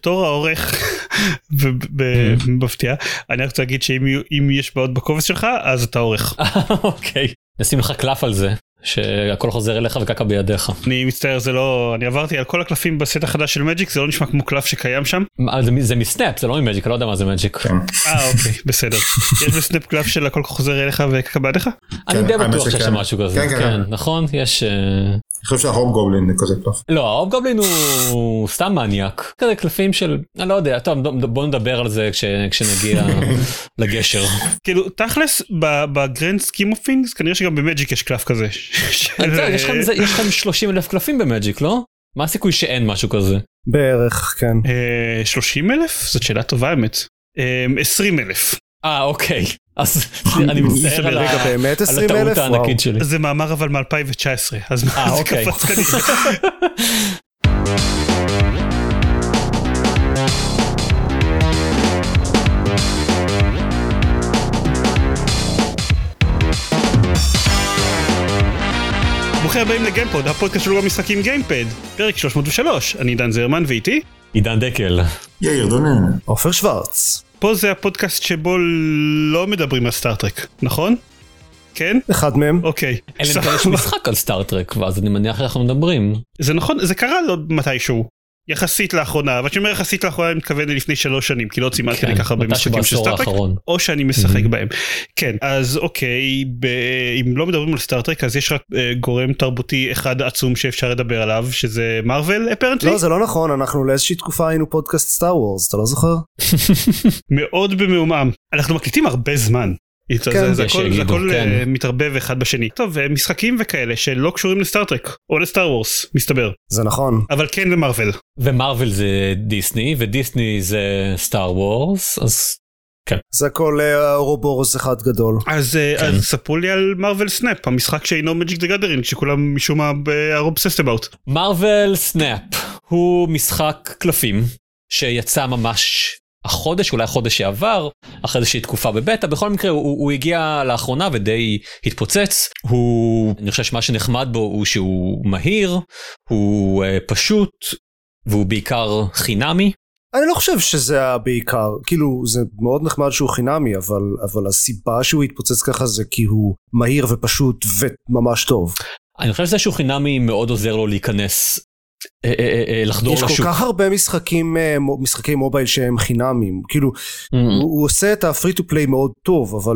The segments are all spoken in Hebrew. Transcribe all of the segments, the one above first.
בתור העורך במפתיע, אני רוצה להגיד שאם יש בעוד בקובץ שלך, אז אתה עורך. אוקיי. נשים לך קלף על זה, שהכל חוזר אליך וקקע בידיך. אני מצטער, זה לא, אני עברתי על כל הקלפים בסט החדש של מג'יק, זה לא נשמע כמו קלף שקיים שם. זה מסנאפ, זה לא ממג'יק, אני לא יודע מה זה מג'יק. אוקיי, בסדר. יש בסנאפ קלף של הכל חוזר אליך וקקע בידיך? אני די בטוח שיש שם משהו כזה. כן, נכון? יש... אני חושב שההוב גובלין זה כזה קלף. לא, ההוב גובלין הוא סתם מניאק. כזה קלפים של, אני לא יודע, טוב, בוא נדבר על זה כשנגיע לגשר. כאילו, תכלס, בגרנד סקים אוף תינגס, כנראה שגם במג'יק יש קלף כזה. יש לכם 30,000 קלפים במג'יק, לא? מה הסיכוי שאין משהו כזה? בערך, כן. 30,000? זאת שאלה טובה, האמת. 20,000. אוקיי. אז אני מצטער על הטעות הענקית שלי. זה מאמר אבל מ-2019, אז זה קפץ כנראה. ברוכים הבאים לגיימפוד, הפודקאסט שלו במשחקים גיימפד, פרק 303, אני עידן זרמן ואיתי עידן דקל, יאיר דונן, עופר שוורץ. פה זה הפודקאסט שבו לא מדברים על סטארטרק, נכון? כן? אחד מהם. אוקיי. אלא יש משחק על סטארטרק, ואז אני מניח אנחנו מדברים. זה נכון, זה קרה לו מתישהו. יחסית לאחרונה, אבל שאומר יחסית לאחרונה אני מתכוון לפני 3 שנים, כי לא צימלתי לי ככה במשחקים של סטארטרק, או שאני משחק בהם. כן, אז אוקיי, אם לא מדברים על סטארטרק, אז יש רק גורם תרבותי אחד עצום שאפשר לדבר עליו, שזה מרוול, אפרנטלי? לא, זה לא נכון, אנחנו לאיזושהי תקופה היינו פודקאסט סטאר וורס, אתה לא זוכר? מאוד במעומעם. אנחנו מקליטים הרבה זמן. זה הכל מתערבב אחד בשני. טוב, משחקים וכאלה שלא קשורים לסטארטרק או לסטאר וורס, מסתבר. זה נכון. אבל כן למרוול. ומרוול זה דיסני, ודיסני זה סטאר וורס, אז כן. זה הכל אורובורוס אחד גדול. אז ספרו לי על מרוול סנאפ, המשחק שאינו מג'יק דה גאדרינג, שכולם משום מה are obsessed about. מרוול סנאפ הוא משחק קלפים שיצא ממש החודש, אולי החודש שעבר, אחרי איזושהי תקופה בבטא, בכל מקרה הוא הגיע לאחרונה ודי התפוצץ, אני חושב שמה שנחמד בו הוא שהוא מהיר, הוא פשוט, והוא בעיקר חינמי. אני לא חושב שזה בעיקר, כאילו זה מאוד נחמד שהוא חינמי, אבל הסיבה שהוא התפוצץ ככה זה כי הוא מהיר ופשוט וממש טוב. אני חושב שזה שהוא חינמי מאוד עוזר לו להיכנס לחדור לשוק. יש כל כך הרבה משחקי מובייל שהם חינמים, כאילו הוא עושה את הפרי טו פליי מאוד טוב, אבל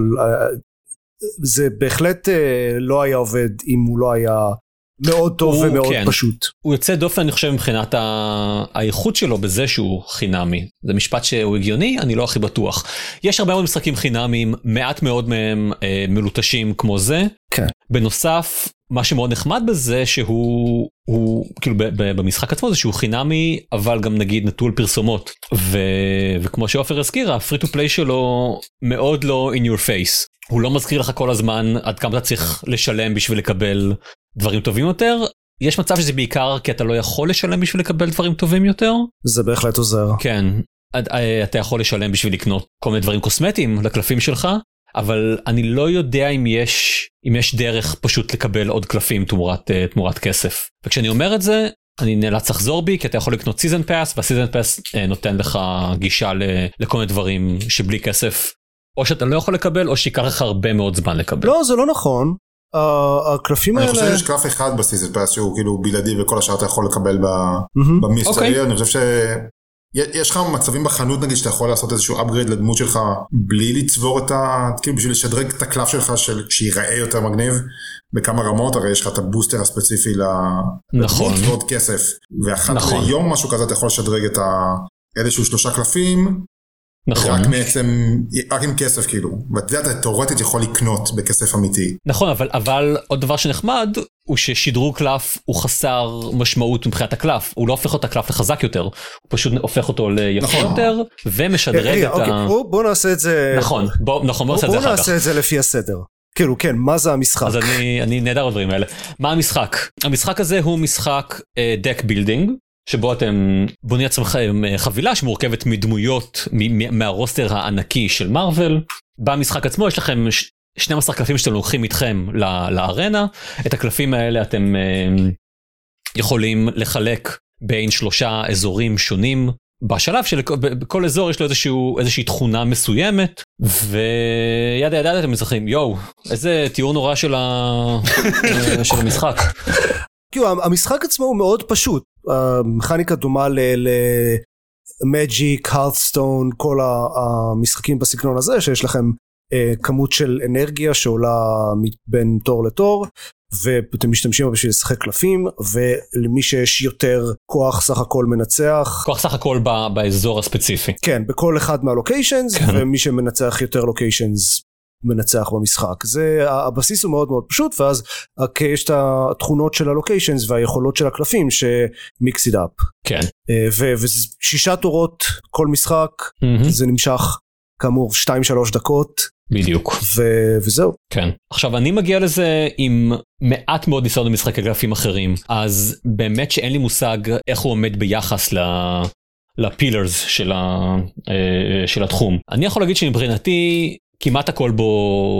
זה בהחלט לא היה עובד אם הוא לא היה מאוד טוב ומאוד פשוט. הוא יוצא דופן אני חושב מבחינת האיכות שלו בזה שהוא חינמי, זה משפט שהוא הגיוני, אני לא הכי בטוח. יש הרבה מאוד משחקים חינמים, מעט מאוד מהם מלוטשים כמו זה. כן. בנוסף, מה שמאוד נחמד בזה שהוא כאילו במשחק עצמו זה שהוא חינמי, אבל גם נגיד נטול פרסומות, וכמו שאופר הזכיר, הפרי טו פליי שלו מאוד לא in your face, הוא לא מזכיר לך כל הזמן עד כמה אתה צריך לשלם בשביל לקבל דברים טובים יותר. יש מצב שזה בעיקר כי אתה לא יכול לשלם בשביל לקבל דברים טובים יותר. זה בהחלט עוזר. כן, אתה יכול לשלם בשביל לקנות כל מיני דברים קוסמטיים לקלפים שלך, אבל אני לא יודע אם יש דרך פשוט לקבל עוד קלפים תמורת כסף. וכשאני אומר את זה, אני נאלץ לחזור בי, כי אתה יכול לקנות סיזן פאס, והסיזן פאס נותן לך גישה לכל מיני דברים שבלי כסף, או שאתה לא יכול לקבל, או שיקח לך הרבה מאוד זמן לקבל. לא, זה לא נכון. הקלפים האלה... אני חושב שיש קלף אחד בסיזן פאס, שהוא כאילו בלעדי, וכל השאר אתה יכול לקבל במיסטרי. אני חושב יש לך מצבים בחנות נגיד שאתה יכול לעשות איזשהו upgrade לדמות שלך בלי לצבור כאילו בשביל לשדרג את הקלף שלך שיראה יותר מגניב בכמה רמות, הרי יש לך את הבוסטר הספציפי לדמות ועוד כסף, ואחת ליום משהו כזה אתה יכול לשדרג את איזשהו 3 קלפים רק עם כסף כאילו, ואתה תאורטית יכול לקנות בכסף אמיתי. נכון, אבל עוד דבר שנחמד הוא ששדרוג קלף הוא חסר משמעות מבחינת הקלף, הוא לא הופך את הקלף לחזק יותר, הוא פשוט הופך אותו ליפה יותר ומשדרג את בוא נעשה את זה. נכון, בוא נעשה את זה לפי הסדר. כאילו כן, מה זה המשחק? אז אני נהדר על הדברים האלה. מה המשחק? המשחק הזה הוא משחק deck building, שבו אתם בונים עצמכם חבילה שמורכבת מדמויות מהרוסטר הענקי של מרוול. במשחק עצמו יש לכם 12 קלפים שאתם לוקחים איתכם לארנה. את הקלפים האלה אתם יכולים לחלק בין 3 אזורים שונים בשלב שבכל אזור יש לו איזושהי תכונה מסוימת, וידה אתם מצליחים, יואו, איזה תיאור נורא של המשחק. כאילו, המשחק עצמו הוא מאוד פשוט, המכניקה דומה למג'יק, הרת'סטון, כל המשחקים בסגנון הזה, שיש לכם כמות של אנרגיה שעולה בין תור לתור, ואתם משתמשים בשביל לשחק קלפים, ולמי שיש יותר כוח סך הכל מנצח. כוח סך הכל באזור הספציפי. כן, בכל אחד מהלוקיישנס, ומי שמנצח יותר לוקיישנס מנצח במשחק. הבסיס הוא מאוד מאוד פשוט, ואז יש את התכונות של הלוקיישנס והיכולות של הקלפים שמיקס it up. כן. ו6 תורות כל משחק, זה נמשך כאמור 2-3 דקות. בדיוק. וזהו. כן. עכשיו אני מגיע לזה עם מעט מאוד ניסיון במשחקי קלפים אחרים, אז באמת שאין לי מושג איך הוא עומד ביחס לפילרס של התחום. אני יכול להגיד שמבחינתי כמעט הכל בו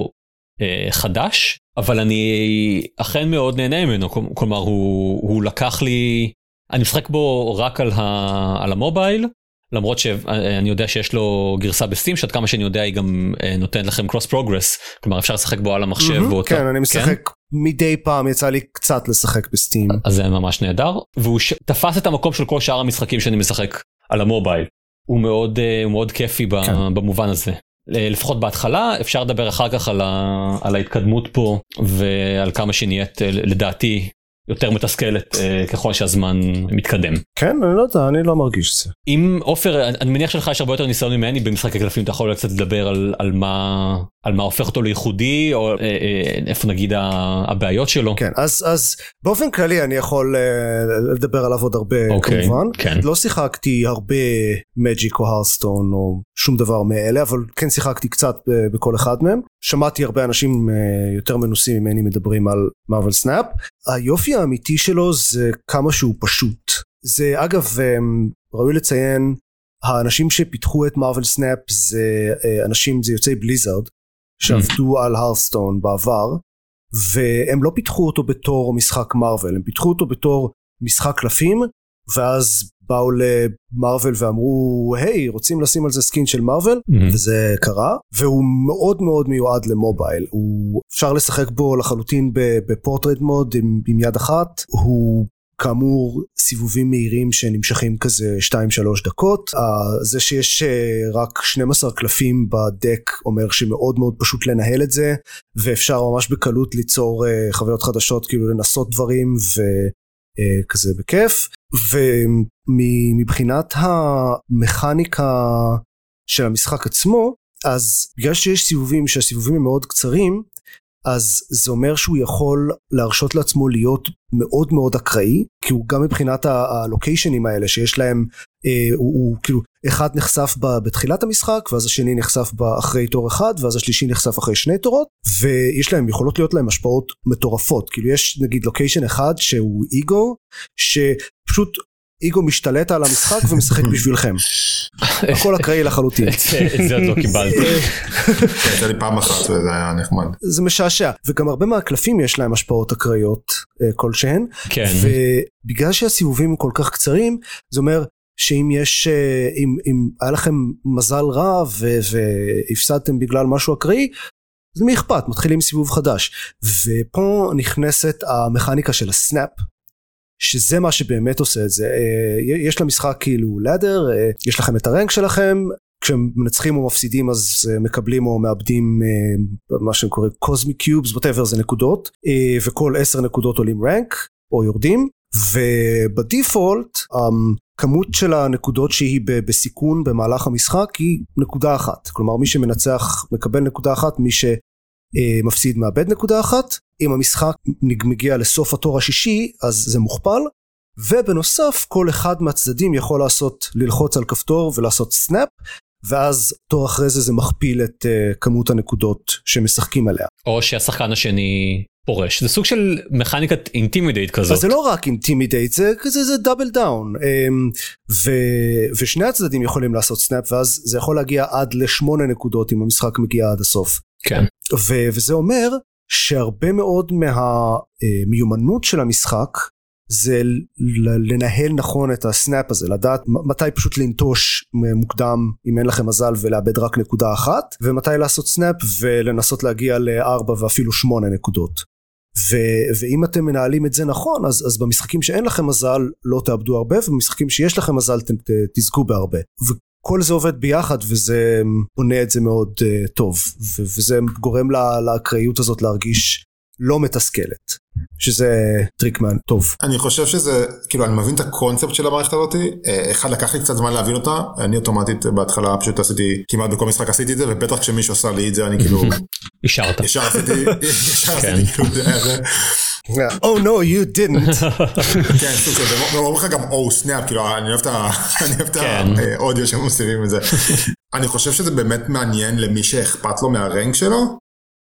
חדש, אבל אני אכן מאוד נהנה ממנו, כלומר הוא לקח לי, אני משחק בו רק על המובייל, למרות שאני יודע שיש לו גרסה בסטים, שעד כמה שאני יודע היא גם נותנת לכם קרוס פרוגרס, כלומר אפשר לשחק בו על המחשב. כן, אני משחק מדי פעם, יצא לי קצת לשחק בסטים. אז זה ממש נהדר, והוא תפס את המקום של כל שאר המשחקים שאני משחק על המובייל. הוא מאוד כיפי במובן הזה. לפחות בהתחלה, אפשר לדבר אחר כך על ההתקדמות פה, ועל כמה שנהיית לדעתי יותר מתסכלת ככל שהזמן מתקדם. כן, אני לא יודע, אני לא מרגיש את זה. אם אופר, אני מניח שלך יש הרבה יותר ניסיון ממני במשחקי קלפים, אתה יכול קצת לדבר על מה הופך אותו לייחודי, או איפה נגיד הבעיות שלו. כן, אז באופן כללי אני יכול לדבר עליו עוד הרבה כמובן. כן. לא שיחקתי הרבה מג'יק או הרסטון או שום דבר מאלה, אבל כן שיחקתי קצת בכל אחד מהם. שמעתי הרבה אנשים יותר מנוסים ממני מדברים על מרוול סנאפ. היופי האמיתי שלו זה כמה שהוא פשוט. זה אגב ראוי לציין, האנשים שפיתחו את מרוול סנאפ זה יוצאי בליזארד, שעבדו על הרסטון בעבר, והם לא פיתחו אותו בתור משחק מרוול, הם פיתחו אותו בתור משחק קלפים, ואז באו למרוול ואמרו, היי, רוצים לשים על זה סקין של מרוול, וזה קרה, והוא מאוד מאוד מיועד למובייל, אפשר לשחק בו לחלוטין בפורטרייט מוד עם יד אחת, הוא כאמור סיבובים מהירים שנמשכים כזה 2-3 דקות, זה שיש רק 12 קלפים בדק אומר שמאוד מאוד פשוט לנהל את זה, ואפשר ממש בקלות ליצור חוויות חדשות, כאילו לנסות דברים וכזה בכיף, ומבחינת המכניקה של המשחק עצמו, אז בגלל שיש סיבובים שהסיבובים הם מאוד קצרים, אז זה אומר שהוא יכול להרשות לעצמו להיות מאוד מאוד אקראי, כי הוא גם מבחינת הלוקיישנים האלה שיש להם, הוא כאילו אחד נחשף בתחילת המשחק, ואז השני נחשף אחרי תור אחד, ואז השלישי נחשף אחרי 2 תורות, ויש להם, יכולות להיות להם השפעות מטורפות, כאילו יש נגיד לוקיישן אחד שהוא איגו, שפשוט איגו משתלט על המשחק ומשחק בשבילכם. הכל אקראי לחלוטין. את זה עוד לא קיבלתי. זה לי פעם אחת וזה היה נחמד. זה משעשע, וגם הרבה מהקלפים יש להם השפעות אקראיות כלשהן, ובגלל שהסיבובים הם כל כך קצרים, זה אומר שאם יש, אם היה לכם מזל רע והפסדתם בגלל משהו אקראי, אז מי אכפת, מתחילים סיבוב חדש. ופה נכנסת המכניקה של הסנאפ, שזה מה שבאמת עושה את זה. יש למשחק כאילו לדר, יש לכם את הרנק שלכם, כשמנצחים או מפסידים אז מקבלים או מאבדים מה שהם קוראים קוזמיק קיובס, whatever זה נקודות, וכל 10 נקודות עולים רנק או יורדים, ובדיפולט הכמות של הנקודות שהיא בסיכון במהלך המשחק היא 1, כלומר מי שמנצח מקבל 1, מי שמפסיד מאבד 1, אם המשחק מגיע לסוף התור השישי אז זה מוכפל, ובנוסף כל אחד מהצדדים יכול ללחוץ על כפתור ולעשות סנאפ, ואז תור אחרי זה מכפיל את כמות הנקודות שמשחקים עליה. או שהשחקן השני פורש, זה סוג של מכניקת אינטימידייט כזאת. אז זה לא רק אינטימידייט, זה דאבל דאון, ושני הצדדים יכולים לעשות סנאפ, ואז זה יכול להגיע עד ל8 נקודות אם המשחק מגיע עד הסוף. כן. וזה אומר שהרבה מאוד מהמיומנות של המשחק זה לנהל נכון את הסנאפ הזה, לדעת מתי פשוט לנטוש מוקדם אם אין לכם מזל ולאבד רק נקודה אחת, ומתי לעשות סנאפ ולנסות להגיע ל4 ואפילו 8 נקודות. ואם אתם מנהלים את זה נכון, אז במשחקים שאין לכם מזל לא תאבדו הרבה, ובמשחקים שיש לכם מזל תזכו בהרבה. כל זה עובד ביחד וזה בונה את זה מאוד טוב, וזה גורם לאקראיות הזאת להרגיש לא מתסכלת, שזה טריקמן טוב. אני חושב שזה, כאילו אני מבין את הקונספט של המערכת הזאת, אחד לקח לי קצת זמן להבין אותה, אני אוטומטית בהתחלה פשוט עשיתי, כמעט בכל משחק עשיתי את זה, ובטח כשמישהו עשה לי את זה אני כאילו, ישר עשיתי כאילו זה. Oh no you didn't. כן, סוג של, ואומרים לך גם oh snap, כאילו אני אוהב את האודיו שהם מוסיפים את זה. אני חושב שזה באמת מעניין למי שאכפת לו מהרנק שלו,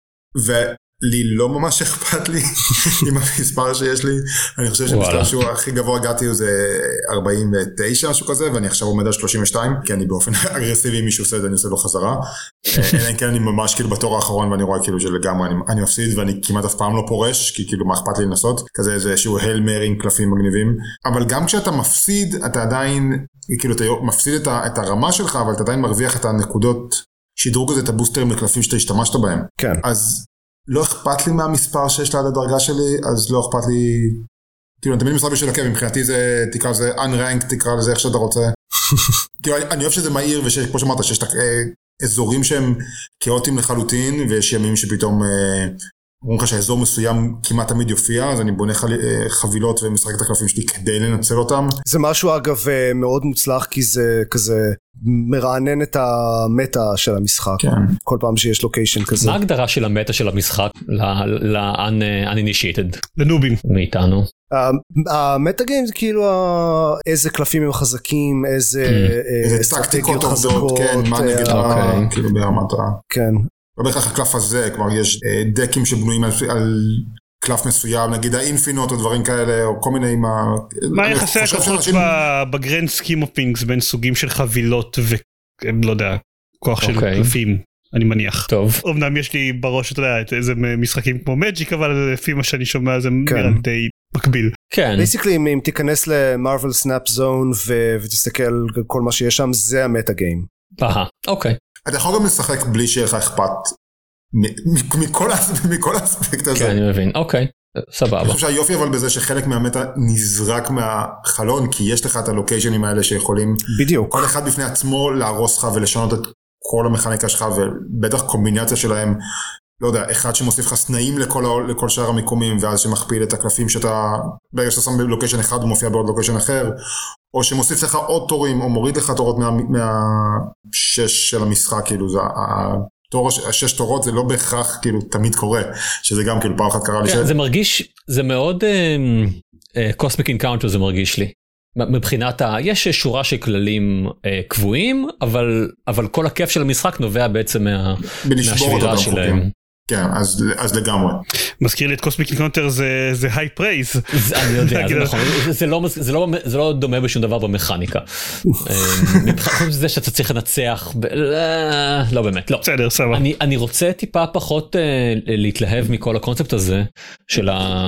לי לא ממש אכפת לי עם המספר שיש לי, אני חושב שמספר שהוא הכי גבוה הגעתי הוא זה 49 משהו כזה, ואני עכשיו עומד על 32, כי אני באופן אגרסיבי, אם מישהו עושה את זה אני עושה לו חזרה, אלא אם כן אני ממש כאילו בתור האחרון, ואני רואה כאילו שלגמרי אני מפסיד, ואני כמעט אף פעם לא פורש, כי כאילו מה אכפת לי לנסות, כזה איזשהו הל מרינג קלפים מגניבים, אבל גם כשאתה מפסיד, אתה עדיין, כאילו אתה מפסיד את הרמה שלך, אבל אתה עדיין מרוויח את הנקודות שדרוג הזה, את הבוסטרים לקלפים שאתה השתמשת בהם. כן. אז לא אכפת לי מהמספר שיש לה עד הדרגה שלי, אז לא אכפת לי, כאילו, אני תמיד משחק בשביל עקב, מבחינתי זה, תקרא לזה unranked, תקרא לזה איך שאתה רוצה. כאילו, אני אוהב שזה מהיר, וכמו שאמרת, שיש אזורים שהם כאוטיים לחלוטין, ויש ימים שפתאום, אומרים לך שהאזור מסוים כמעט תמיד יופיע, אז אני בונה חבילות ומשחק את הקלפים שלי כדי לנצל אותם. זה משהו אגב מאוד מוצלח, כי זה כזה מרענן את המטה של המשחק. כן. כל פעם שיש לוקיישן כזה. מה ההגדרה של המטה של המשחק ל-uninitiated? לנובים. מאיתנו. המטה גיים זה כאילו איזה קלפים הם חזקים, איזה טקטיקות עובדות, כן, מה נגד כאילו ברמת ה... כן. לא בהכרח הקלף הזה, כבר יש דקים שבנויים על קלף מסוים, נגיד האינפינות או דברים כאלה, או כל מיני מה יחסי הכוחות בגרנד סקים אוף פינגס בין סוגים של חבילות ולא יודע, כוח של קלפים, אני מניח. טוב. אמנם יש לי בראש, אתה יודע, איזה משחקים כמו מג'יק, אבל לפי מה שאני שומע זה נראה די מקביל. כן. בייסיקלי אם תיכנס למרוול סנאפ זון ותסתכל על כל מה שיש שם, זה המטה גיים. אוקיי. אתה יכול גם לשחק בלי שיהיה לך אכפת מכל האספקט הזה. כן, אני מבין, אוקיי, סבבה. אני חושב שהיופי אבל בזה שחלק מהמטה נזרק מהחלון, כי יש לך את הלוקיישנים האלה שיכולים, בדיוק. כל אחד בפני עצמו להרוס לך ולשנות את כל המכניקה שלך, ובטח קומבינציה שלהם, לא יודע, אחד שמוסיף לך סנאים לכל שאר המיקומים, ואז שמכפיל את הקלפים שאתה, ברגע שאתה שם בלוקיישן אחד, הוא מופיע בעוד לוקיישן אחר, או שמוסיף לך עוד תורים, או מוריד לך תורות מהשש של המשחק, כאילו, השש תורות זה לא בהכרח, כאילו, תמיד קורה, שזה גם, כאילו, פעם אחת קרה לי זה מרגיש, זה מאוד קוסמיק אינקאונטר, זה מרגיש לי. מבחינת יש שורה של כללים קבועים, אבל כל הכיף של המשחק נובע בעצם מהשבירה שלהם. כן, אז לגמרי. מזכיר לי את קוסמיק אינקאונטר זה היי פרייז. אני יודע, זה נכון. זה לא דומה בשום דבר במכניקה. מבחינת זה שאתה צריך לנצח, לא באמת, לא. בסדר, סבבה. אני רוצה טיפה פחות להתלהב מכל הקונספט הזה של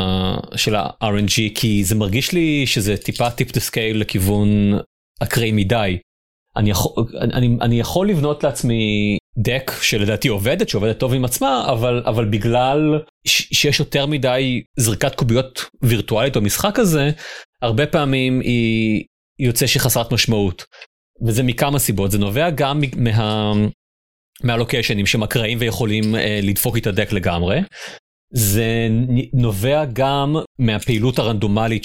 ה-RNG, כי זה מרגיש לי שזה טיפה טיפ דה סקייל לכיוון אקראי מדי. אני יכול לבנות לעצמי דק שלדעתי עובדת, שעובדת טוב עם עצמה, אבל בגלל שיש יותר מדי זריקת קוביות וירטואלית במשחק הזה, הרבה פעמים היא יוצא שהיא חסרת משמעות. וזה מכמה סיבות, זה נובע גם מהלוקיישנים שמקראים ויכולים לדפוק את הדק לגמרי. זה נובע גם מהפעילות הרנדומלית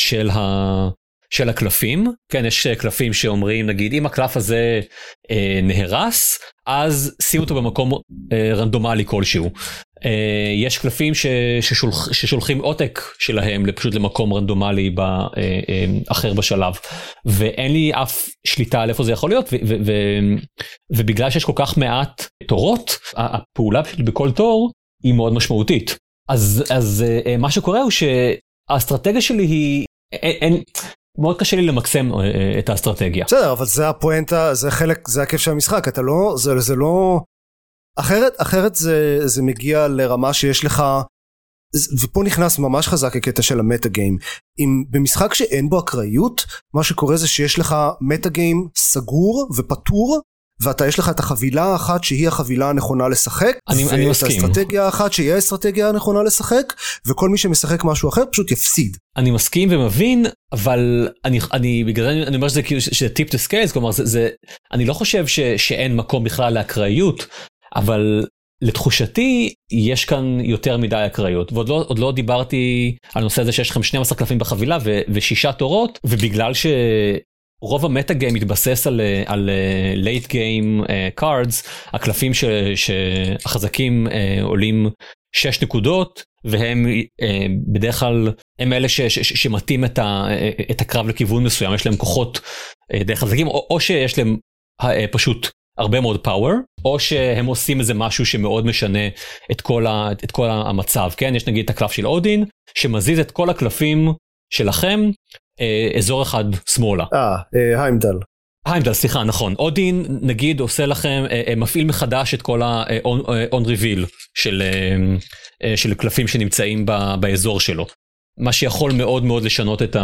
של הקלפים. כן, יש קלפים שאומרים, נגיד, אם הקלף הזה נהרס, אז שים אותו במקום רנדומלי כלשהו. יש קלפים ששולחים עותק שלהם פשוט למקום רנדומלי אחר בשלב, ואין לי אף שליטה על איפה זה יכול להיות, ובגלל שיש כל כך מעט תורות, הפעולה בכל תור היא מאוד משמעותית. אז מה שקורה הוא שהאסטרטגיה שלי היא, מאוד קשה לי למקסם את האסטרטגיה. בסדר, אבל זה הפואנטה, זה חלק, זה הכיף של המשחק, אתה לא, זה לא, אחרת זה מגיע לרמה שיש לך ופה נכנס ממש חזק הקטע של המטה גיים, אם במשחק שאין בו אקראיות, מה שקורה זה שיש לך מטה גיים סגור ופתור, ואתה יש לך את החבילה האחת שהיא החבילה הנכונה לשחק, אני מסכים. ואת האסטרטגיה האחת שהיא האסטרטגיה הנכונה לשחק, וכל מי שמשחק משהו אחר פשוט יפסיד. אני מסכים ומבין, אבל בגלל זה אני אומר שזה כאילו שזה טיפ טו סקיילס, כלומר אני לא חושב שאין מקום בכלל לאקראיות, אבל לתחושתי יש כאן יותר מדי אקראיות, ועוד לא דיברתי על נושא הזה שיש לכם 12 קלפים בחבילה ו6 תורות, ובגלל רוב המטה גיים מתבסס על late game cards, הקלפים שהחזקים עולים 6 נקודות, והם בדרך כלל הם אלה שמתאים את הקרב לכיוון מסוים, יש להם כוחות די חזקים, או שיש להם פשוט הרבה מאוד פאוור, או שהם עושים איזה משהו שמאוד משנה את כל המצב, כן? יש נגיד את הקלף של אודין, שמזיז את כל הקלפים שלכם, אזור אחד שמאלה. היימדל, סליחה, נכון. אודין, נגיד, עושה לכם, מפעיל מחדש את כל ה-on reveal של קלפים שנמצאים באזור שלו. מה שיכול מאוד מאוד לשנות את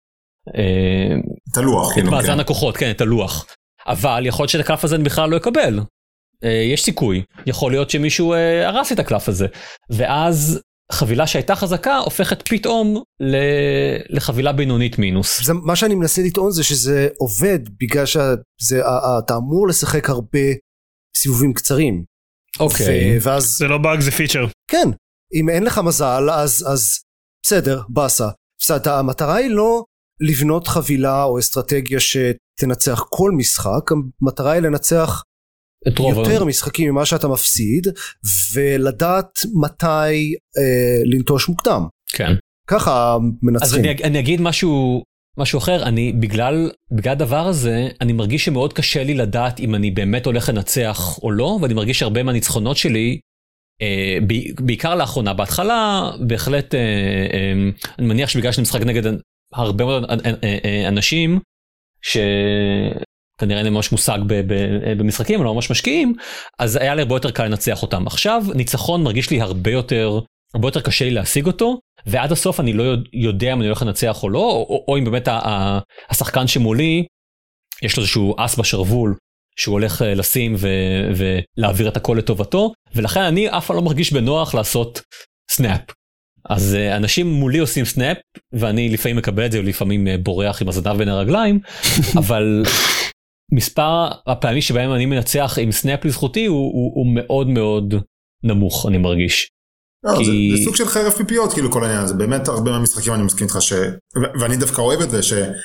הלוח. את מאזן הכוחות, כן, את הלוח. אבל יכול להיות שאת הקלף הזה בכלל לא יקבל. יש סיכוי. יכול להיות שמישהו הרס את הקלף הזה. ואז חבילה שהייתה חזקה הופכת פתאום לחבילה בינונית מינוס. מה שאני מנסה לטעון זה שזה עובד בגלל שאתה אמור לשחק הרבה סיבובים קצרים. אוקיי. זה לא באג, זה פיצ'ר. כן. אם אין לך מזל אז בסדר, בסה. המטרה היא לא לבנות חבילה או אסטרטגיה שתנצח כל משחק, המטרה היא לנצח יותר משחקים ממה שאתה מפסיד, ולדעת מתי לנטוש מוקדם. כן. ככה מנצחים. אז אני אגיד משהו אחר, בגלל הדבר הזה, אני מרגיש שמאוד קשה לי לדעת אם אני באמת הולך לנצח או לא, ואני מרגיש שהרבה מהניצחונות שלי, בעיקר לאחרונה, בהתחלה, בהחלט, אני מניח שבגלל שאני משחק נגד הרבה מאוד אנשים, כנראה אין לי ממש מושג במשחקים, לא ממש משקיעים, אז היה לי הרבה יותר קל לנצח אותם. עכשיו, ניצחון מרגיש לי הרבה יותר קשה לי להשיג אותו, ועד הסוף אני לא יודע אם אני הולך לנצח או לא, או אם באמת השחקן שמולי, יש לו איזשהו אס בשרוול, שהוא הולך לשים ולהעביר את הכל לטובתו, ולכן אני אף פעם לא מרגיש בנוח לעשות סנאפ. אז אנשים מולי עושים סנאפ, ואני לפעמים מקבל את זה, ולפעמים בורח עם הזנב בין הרגליים, אבל מספר הפעמים שבהם אני מנצח עם סנאפ לזכותי, הוא מאוד מאוד נמוך, אני מרגיש. זה סוג של חרב פיפיות, כאילו כל העניין, זה באמת הרבה מהמשחקים אני מסכים איתך ואני דווקא אוהב את זה,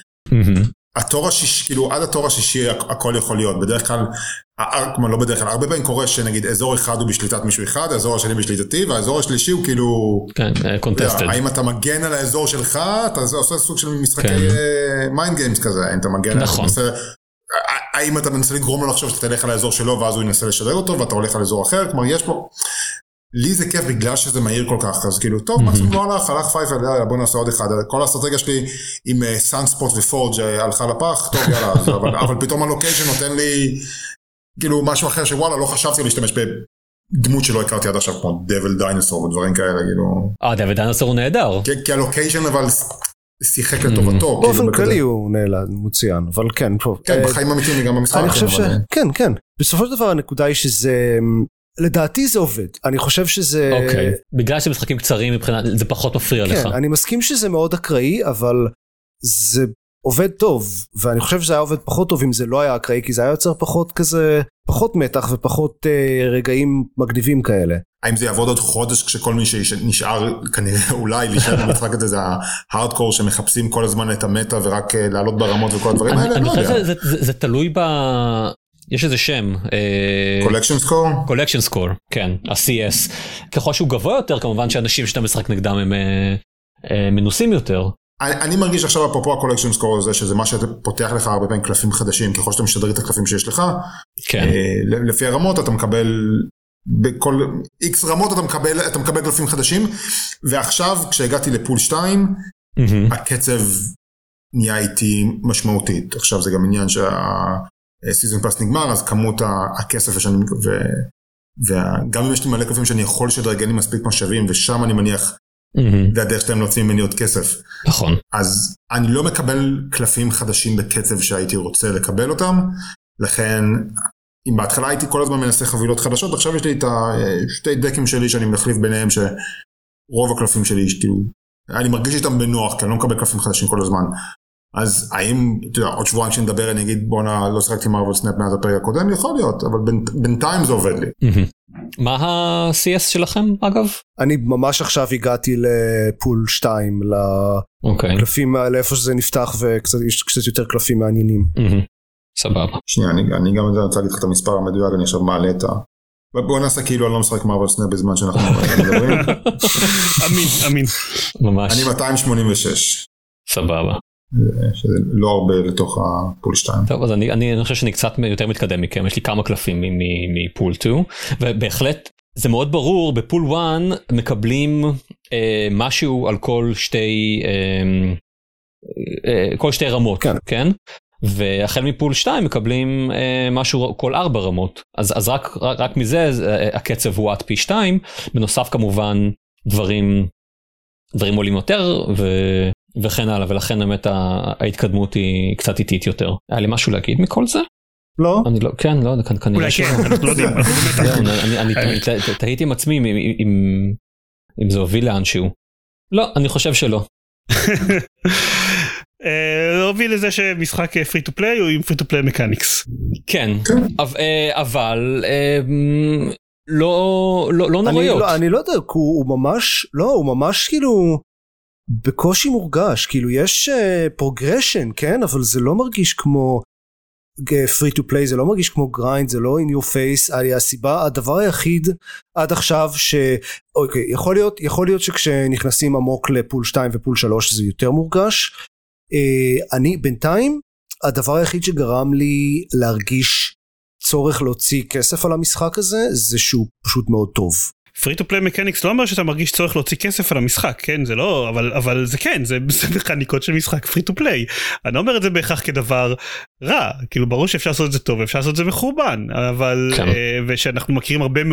שהתור השישי, כאילו עד התור השישי הכל יכול להיות, בדרך כלל, לא בדרך כלל, הרבה פעמים קורה שנגיד אזור אחד הוא בשליטת מישהו אחד, האזור השני בשליטתי, והאזור השלישי הוא כאילו, כן, קונטסטד. האם אתה מגן על האזור שלך, אתה עושה סוג של משחקי מיינד גיימס כזה, האם אתה מגן, נכון. האם אתה מנסה לגרום לו לחשוב שאתה תלך על האזור שלו, ואז הוא ינסה לשדרג אותו, ואתה הולך על אזור אחר, כלומר יש פה, לי זה כיף בגלל שזה מהיר כל כך, אז כאילו, טוב, מקסימום לא הלך פייפל, בוא נעשה עוד אחד, כל האסטרטגיה שלי עם סאנספוט ופורג' הלכה לפח, טוב יאללה, אבל פתאום הלוקיישן נותן לי, כאילו, משהו אחר שוואלה, לא חשבתי להשתמש בדמות שלא הכרתי עד עכשיו, כמו דבל דיינוסור ודברים כאלה, כאילו. דבל דיינוסור הוא נהדר. כי הלוקיישן אבל שיחק לטובתו. באופן כללי הוא נעלד, מוצוין, אבל כן. כן, בחיים אמיתיים וגם במשחק. אני חושב כן. בסופו של דבר הנקודה היא שזה, לדעתי זה עובד. אני חושב שזה... אוקיי. בגלל שמשחקים קצרים מבחינת, זה פחות מפריע לך. כן, אני מסכים שזה מאוד אקראי, אבל זה עובד טוב, ואני חושב שזה היה עובד פחות טוב אם זה לא היה אקראי, כי זה היה יוצר פחות כזה, פחות מתח ופחות רגעים מגניבים כאלה. האם זה יעבוד עוד חודש כשכל מי שנשאר כנראה אולי להישאר במשחק הזה, זה ההארדקור שמחפשים כל הזמן את המטה ורק לעלות ברמות וכל הדברים האלה? אני חושב שזה תלוי יש איזה שם. Collection Score? Collection Score, כן, ה-CS. ככל שהוא גבוה יותר, כמובן שאנשים שאתה משחק נגדם הם מנוסים יותר. אני מרגיש עכשיו אפרופו ה-Collection Score הזה, שזה מה שפותח לך הרבה פעמים קלפים חדשים, ככל שאתה משדרג את הקלפים שיש לך, כן. לפי הרמות אתה מקבל, בכל X רמות אתה מקבל קלפים חדשים, ועכשיו כשהגעתי לפול 2, הקצב נהיה איתי משמעותית. עכשיו זה גם עניין סיזון פאס נגמר, אז כמות הכסף וגם אם יש לי מלא קלפים שאני יכול לשדרג, אין לי מספיק משאבים, ושם אני מניח זה הדרך שאתם להוציא ממני עוד כסף. נכון. אז אני לא מקבל קלפים חדשים בקצב שהייתי רוצה לקבל אותם, לכן אם בהתחלה הייתי כל הזמן מנסה חבילות חדשות, עכשיו יש לי את שתי דקים שלי שאני מחליף ביניהם, שרוב הקלפים שלי, כאילו, אני מרגיש איתם בנוח, כי אני לא מקבל קלפים חדשים כל הזמן. אז האם, אתה יודע, עוד שבועיים שנדבר, אני אגיד, בואנה, לא שחקתי מרוול סנאפ מאז הפרק הקודם, יכול להיות, אבל בינתיים זה עובד לי. מה ה-CS שלכם, אגב? אני ממש עכשיו הגעתי לפול 2, לקלפים, לאיפה שזה נפתח, ויש קצת יותר קלפים מעניינים. סבבה. שנייה, אני גם רוצה להגיד לך את המספר המדויק, אני עכשיו מעלה את ה... בואו נעשה כאילו אני לא משחק מרוול סנאפ בזמן שאנחנו מדברים. אמין. ממש. אני 286. סבבה. שזה לא הרבה לתוך הפול 2. טוב, אז אני חושב שאני קצת יותר מתקדם מכם, יש לי כמה קלפים מפול 2, ובהחלט זה מאוד ברור, בפול 1 מקבלים משהו על כל שתי רמות, כן? והחל מפול 2 מקבלים משהו כל 4 רמות, אז רק מזה הקצב הוא עד פי 2, בנוסף כמובן דברים עולים יותר וכן הלאה, ולכן באמת ההתקדמות היא קצת איטית יותר. היה לי משהו להגיד מכל זה? לא. אני לא, כן, לא, כנראה אולי כן, אנחנו לא יודעים. אני תהיתי עם עצמי אם זה הוביל לאנשהו. לא, אני חושב שלא. הוביל לזה שמשחק פרי טו פליי הוא עם פרי טו פליי מקניקס. כן, אבל לא נוראיות. אני לא יודע, הוא ממש כאילו בקושי מורגש, כאילו יש פרוגרשן, כן, אבל זה לא מרגיש כמו פרי טו פליי, זה לא מרגיש כמו גריינד, זה לא in your face. הסיבה, הדבר היחיד עד עכשיו אוקיי, יכול להיות שכשנכנסים עמוק לפול 2 ופול 3 זה יותר מורגש. אני בינתיים, הדבר היחיד שגרם לי להרגיש צורך להוציא כסף על המשחק הזה, זה שהוא פשוט מאוד טוב. פרי טו פליי מקניקס לא אומר שאתה מרגיש צורך להוציא כסף על המשחק, כן? זה לא, אבל זה כן, זה מכניקות של משחק פרי טו פליי. אני לא אומר את זה בהכרח כדבר רע, כאילו ברור שאפשר לעשות את זה טוב, אפשר לעשות את זה מחורבן, אבל, ושאנחנו מכירים הרבה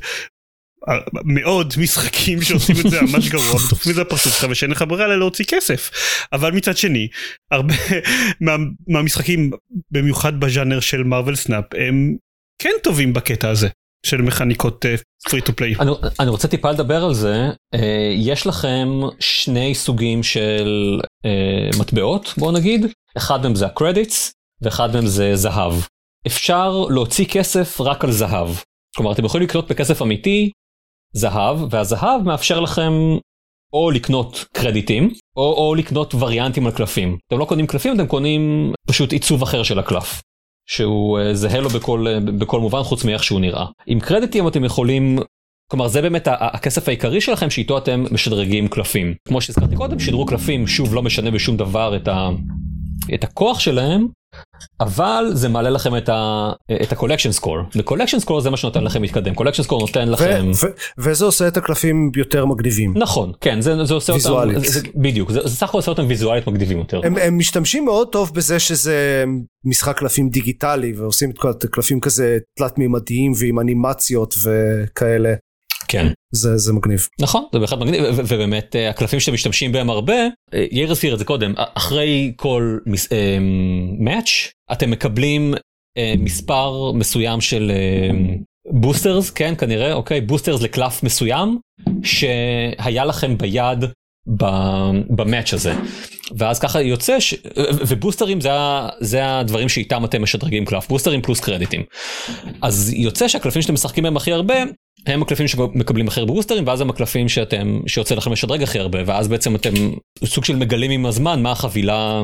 מאוד משחקים שעושים את זה ממש גרוע, ותוקפים את זה הפרצוף שלך, ושאין לך ברירה להוציא כסף. אבל מצד שני, הרבה מהמשחקים, במיוחד בז'אנר של מרוול סנאפ, הם כן טובים בקטע הזה. של מכניקות פרי טו פליי. אני רוצה טיפה לדבר על זה. יש לכם שני סוגים של מטבעות, בואו נגיד. אחד מהם זה הקרדיטס, ואחד מהם זה זהב. אפשר להוציא כסף רק על זהב. כלומר, אתם יכולים לקנות בכסף אמיתי זהב, והזהב מאפשר לכם או לקנות קרדיטים, או לקנות וריאנטים על קלפים. אתם לא קונים קלפים, אתם קונים פשוט עיצוב אחר של הקלף. שהוא זהה לו בכל מובן חוץ מאיך שהוא נראה. עם קרדיטים אתם יכולים, כלומר זה באמת הכסף העיקרי שלכם שאיתו אתם משדרגים קלפים. כמו שהזכרתי קודם, שדרוג קלפים שוב לא משנה בשום דבר את הכוח שלהם, אבל זה מעלה לכם את ה-collection score. ו-collection score זה מה שנותן לכם להתקדם. collection score נותן לכם... וזה עושה את הקלפים יותר מגניבים. נכון, כן, זה עושה ויזואלית. אותם... בדיוק, זה סך הכל עושה אותם ויזואלית מגניבים יותר. הם משתמשים מאוד טוב בזה שזה משחק קלפים דיגיטלי, ועושים את כל הקלפים כזה תלת מימדיים ועם אנימציות וכאלה. כן. זה מגניב. נכון, זה בהחלט מגניב, ובאמת הקלפים שאתם משתמשים בהם הרבה, יאיר הזכיר את זה קודם, אחרי כל מאץ' אתם מקבלים מספר מסוים של בוסטרס, כן, כנראה, אוקיי, בוסטרס לקלף מסוים, שהיה לכם ביד במאץ' הזה. ואז ככה יוצא, ובוסטרים זה הדברים שאיתם אתם משדרגים קלף, בוסטרים פלוס קרדיטים. אז יוצא שהקלפים שאתם משחקים בהם הכי הרבה, הם הקלפים שמקבלים הכי הרבה בוסטרים, ואז הם הקלפים שיוצא לכם לשדרג הכי הרבה, ואז בעצם אתם סוג של מגלים עם הזמן מה החבילה,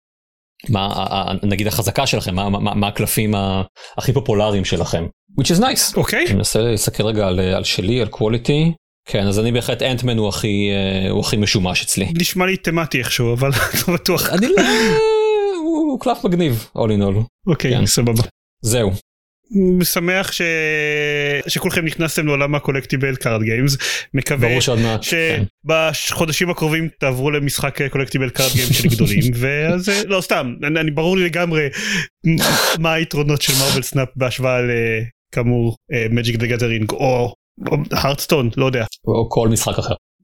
נגיד החזקה שלכם, מה הקלפים הכי פופולריים שלכם. Which is nice. אוקיי. אני מנסה להסתכל רגע על שלי, על quality. כן, אז אני בהחלט אנטמן הוא הכי משומש אצלי. נשמע לי תמטי איכשהו, אבל לא בטוח. אני לא... הוא קלף מגניב, all in all. אוקיי, סבבה. זהו. משמח שכולכם נכנסתם לעולם הקולקטיבל קארד גיימס. מקווה שבחודשים הקרובים תעברו למשחק קולקטיבל קארד גיימס של גדולים, ואז לא סתם, ברור לי לגמרי מה היתרונות של מרוול סנאפ בהשוואה לכאמור מג'יק דה גאדרינג או הרדסטון, לא יודע. או כל משחק אחר.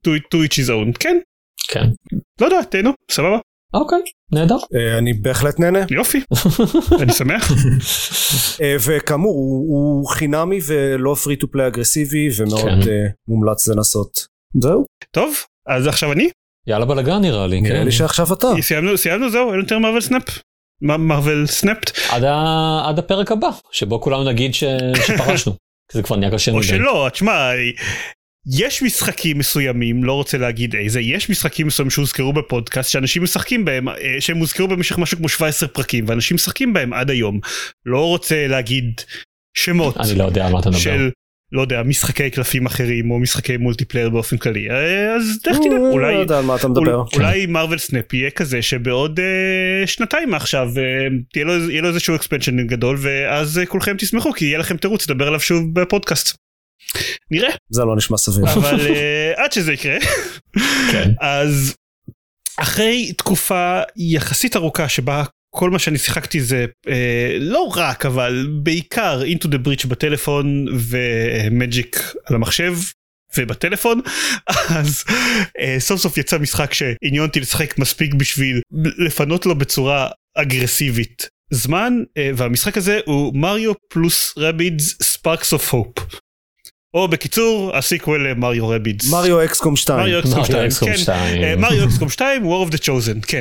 to each his own, כן. כן. לא יודע, תהנו, סבבה. אוקיי, נהדר. אני בהחלט נהנה. יופי, אני שמח. וכאמור, הוא חינמי ולא פרי טו פליי אגרסיבי, ומאוד מומלץ לנסות. זהו. טוב, אז עכשיו אני? יאללה בלגן נראה לי. נראה לי שעכשיו אתה. סיימנו זהו, אין יותר מרוול סנאפ. מרוול סנאפט. עד הפרק הבא, שבו כולנו נגיד שפרשנו. זה כבר נהיה קשה מדי. או שלא, תשמע, יש משחקים מסוימים, לא רוצה להגיד איזה, יש משחקים מסוימים שהוזכרו בפודקאסט, שאנשים משחקים בהם, שהם הוזכרו במשך משהו כמו 17 פרקים, ואנשים משחקים בהם עד היום. לא רוצה להגיד שמות. אני לא יודע מה אתה מדבר. של, לא יודע, משחקי קלפים אחרים, או משחקי מולטיפלייר באופן כללי. אז תכף תדע, אולי, לא יודע על מה אתה מדבר. אולי מרוול סנאפ יהיה כזה, שבעוד שנתיים מעכשיו, יהיה לו איזשהו אקספנשן גדול, ואז כולכם תשמחו, כי יהיה לכם תירוץ לדבר עליו שוב בפודקאסט. נראה. זה לא נשמע סביר. אבל עד שזה יקרה, אז אחרי תקופה יחסית ארוכה שבה כל מה שאני שיחקתי זה לא רק אבל בעיקר Into the Breach בטלפון ומג'יק על המחשב ובטלפון, אז סוף סוף יצא משחק שעניין אותי לשחק מספיק בשביל לפנות לו בצורה אגרסיבית זמן, והמשחק הזה הוא מריו פלוס רבידס ספארקס אוף הופ, או בקיצור הסיקוול למריו רבידס, מריו אקסקום 2, מריו אקסקום 2, מריו אקסקום 2 War of the Chosen, כן.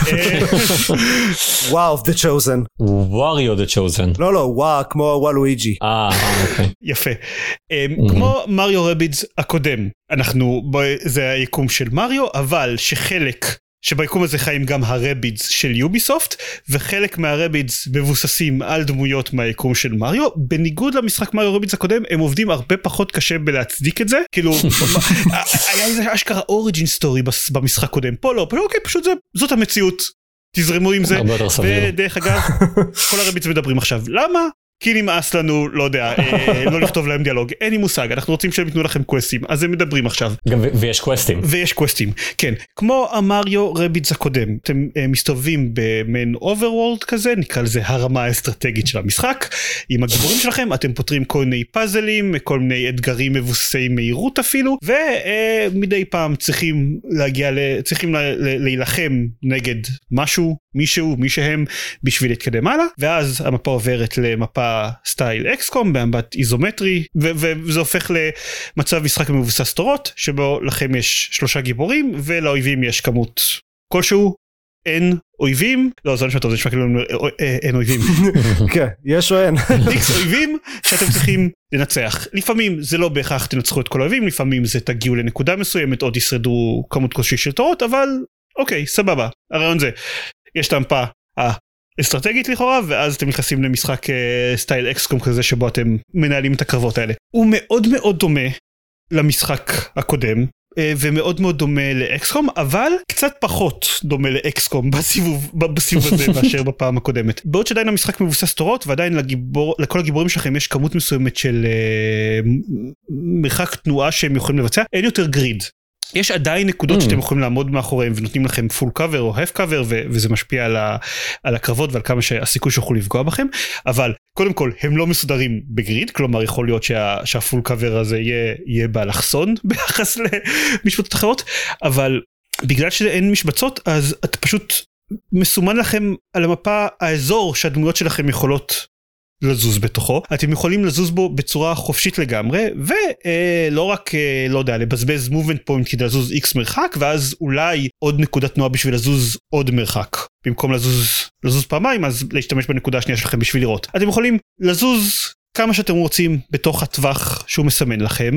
Wow of the Chosen, Wario the Chosen, לא וואו כמו וואלואיג'י, אוקיי, יפה. כמו מריו רבידס הקודם, זה היקום של מריו, אבל שחלק שביקום הזה חיים גם הרבידס של יוביסופט, וחלק מהרבידס מבוססים על דמויות מהיקום של מריו. בניגוד למשחק מריו רבידס הקודם, הם עובדים הרבה פחות קשה בלהצדיק את זה, כאילו היה איזה אשכרה אוריג'ין סטורי במשחק קודם, פה לא, אוקיי, פשוט זאת המציאות, תזרמו עם זה. ודרך אגב, כל הרבידס מדברים עכשיו, למה? כי נמאס לנו, לא יודע, לא לכתוב להם דיאלוג, אין לי מושג, אנחנו רוצים שהם יתנו לכם קווסטים, אז הם מדברים עכשיו. ויש קווסטים. ויש קווסטים, כן. כמו המריו רבידס הקודם, אתם מסתובבים במין אוברוורד כזה, נקרא לזה הרמה האסטרטגית של המשחק, עם הגיבורים שלכם, אתם פותרים כל מיני פאזלים, כל מיני אתגרים מבוססי מהירות אפילו, ומדי פעם צריכים להילחם נגד מישהו, מישהם, בשביל להתקדם הלאה, ואז המפה עוברת למפה סטייל אקסקום, במבט איזומטרי, וזה הופך למצב משחק מבוסס תורות, שבו לכם יש 3 גיבורים, ולאויבים יש כמות כלשהו, אין אויבים, לא זה נשמע טוב, זה נשמע כאילו אין אויבים. כן, יש או אין. איקס אויבים שאתם צריכים לנצח. לפעמים זה לא בהכרח תנצחו את כל האויבים, לפעמים זה תגיעו לנקודה מסוימת, או תשרדו כמות כלשהי של תורות, אבל אוקיי, סבבה, הרעיון זה. יש את המפה האסטרטגית לכאורה, ואז אתם נכנסים למשחק סטייל אקסקום כזה, שבו אתם מנהלים את הקרבות האלה. הוא מאוד מאוד דומה למשחק הקודם, ומאוד מאוד דומה לאקסקום, אבל קצת פחות דומה לאקסקום בסיבוב הזה מאשר בפעם הקודמת. בעוד שעדיין המשחק מבוסס תורות, ועדיין לכל הגיבורים שלכם יש כמות מסוימת של מרחק תנועה שהם יכולים לבצע, אין יותר גריד. יש עדיין נקודות שאתם יכולים לעמוד מאחוריהם ונותנים לכם פול קאבר או האף קאבר, וזה משפיע על הקרבות ועל כמה שהסיכוי שיכול לפגוע בכם, אבל קודם כל הם לא מסודרים בגריד, כלומר יכול להיות שהפול קאבר הזה יהיה באלכסון ביחס למשבצות אחרות, אבל בגלל שאין משבצות אז את פשוט מסומן לכם על המפה האזור שהדמויות שלכם יכולות לזוז בתוכו, אתם יכולים לזוז בו בצורה חופשית לגמרי, ולא רק, לא יודע, לבזבז מובמנט פוינט כדי לזוז X מרחק, ואז אולי עוד נקודת תנועה בשביל לזוז עוד מרחק. במקום לזוז פעמיים, אז להשתמש בנקודה השנייה שלכם בשביל לראות. אתם יכולים לזוז כמה שאתם רוצים בתוך הטווח שהוא מסמן לכם,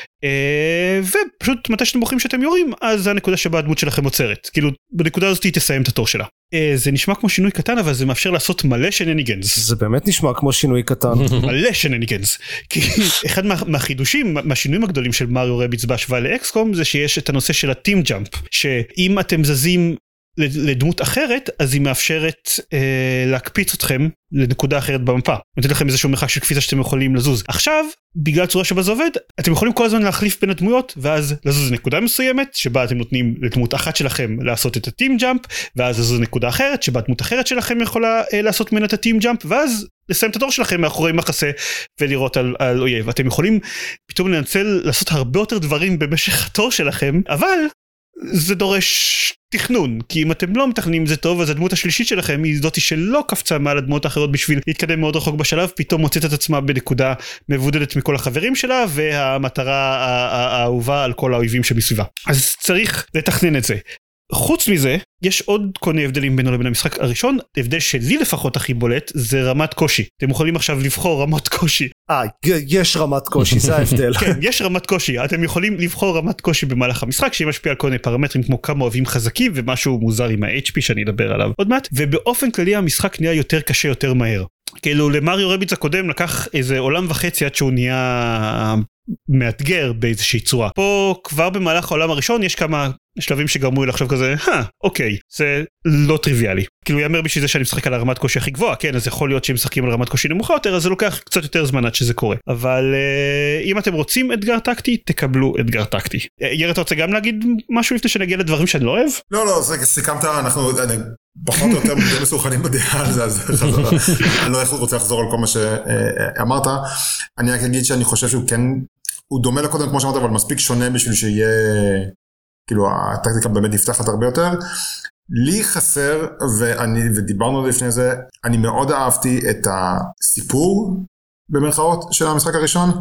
ופשוט מתי שאתם בוחרים שאתם יורים, אז זה הנקודה שבה הדמות שלכם עוצרת. כאילו, בנקודה הזאת היא תסיים את התור שלה. זה נשמע כמו שינוי קטן, אבל זה מאפשר לעשות מלא שנניגנס. זה באמת נשמע כמו שינוי קטן. מלא שנניגנס. כי אחד מהחידושים, מהשינויים הגדולים של מריו רבידס בהשוואה לאקסקום, זה שיש את הנושא של הטים ג'אמפ, שאם אתם זזים לדמות אחרת, אז היא מאפשרת להקפיץ אתכם לנקודה אחרת במפה. נותן לכם איזשהו מרחק של קפיצה שאתם יכולים לזוז. עכשיו, בגלל צורה שבה זה עובד, אתם יכולים כל הזמן להחליף בין הדמויות, ואז לזוז נקודה מסוימת, שבה אתם נותנים לדמות אחת שלכם לעשות את הטים ג'אמפ, ואז לזוז נקודה אחרת, שבה דמות אחרת שלכם יכולה לעשות ממנה את הטים ג'אמפ, ואז לסיים את הדור שלכם מאחורי מחסה ולראות על אויב. אתם יכולים פתאום לנצל לעשות הרבה יותר דברים במשך התור שלכם, אבל זה דורש תכנון, כי אם אתם לא מתכננים זה טוב, אז הדמות השלישית שלכם היא זאתי שלא קפצה מעל הדמות האחרות בשביל להתקדם מאוד רחוק בשלב, פתאום מוצאת את עצמה בנקודה מבודדת מכל החברים שלה, והמטרה האהובה על כל האויבים שמסביבה. אז צריך לתכנן את זה. חוץ מזה, יש עוד קונה הבדלים בינו לבין המשחק הראשון. הבדל שלי לפחות הכי בולט זה רמת קושי. אתם יכולים עכשיו לבחור רמת קושי. יש רמת קושי, זה ההבדל. כן, יש רמת קושי. אתם יכולים לבחור רמת קושי במהלך המשחק, שהיא משפיעה על כל מיני פרמטרים כמו כמה אוהבים חזקים, ומשהו מוזר עם ה-HP שאני אדבר עליו עוד מעט, ובאופן כללי המשחק נהיה יותר קשה יותר מהר. כאילו למריו רביץ הקודם לקח איזה עולם וחצי עד שהוא נהיה מאתגר באיזושהי צורה. פה כבר במהלך העולם הראשון יש כמה שלבים שגרמו לי לחשוב כזה, אוקיי, זה לא טריוויאלי. כאילו יאמר בשביל זה שאני משחק על הרמת קושי הכי גבוהה, כן, אז יכול להיות שהם משחקים על רמת קושי נמוכה יותר, אז זה לוקח קצת יותר זמן עד שזה קורה. אבל אם אתם רוצים אתגר טקטי, תקבלו אתגר טקטי. יאיר, אתה רוצה גם להגיד משהו לפני שנגיע לדברים שאני לא אוהב? לא, סיכמת, אנחנו פחות או יותר מסוכנים בדעה על זה, אז אני לא רוצה לחזור על כל מה שאמרת. אני רק אגיד שאני חושב שהוא כן, הוא דומה לקודם כמו שאמרת, אבל מספיק שונה בשביל שיהיה, כאילו הטקטיקה באמת נפתחת הרבה יותר. לי חסר, ודיברנו לפני זה, אני מאוד אהבתי את הסיפור במרכאות של המשחק הראשון,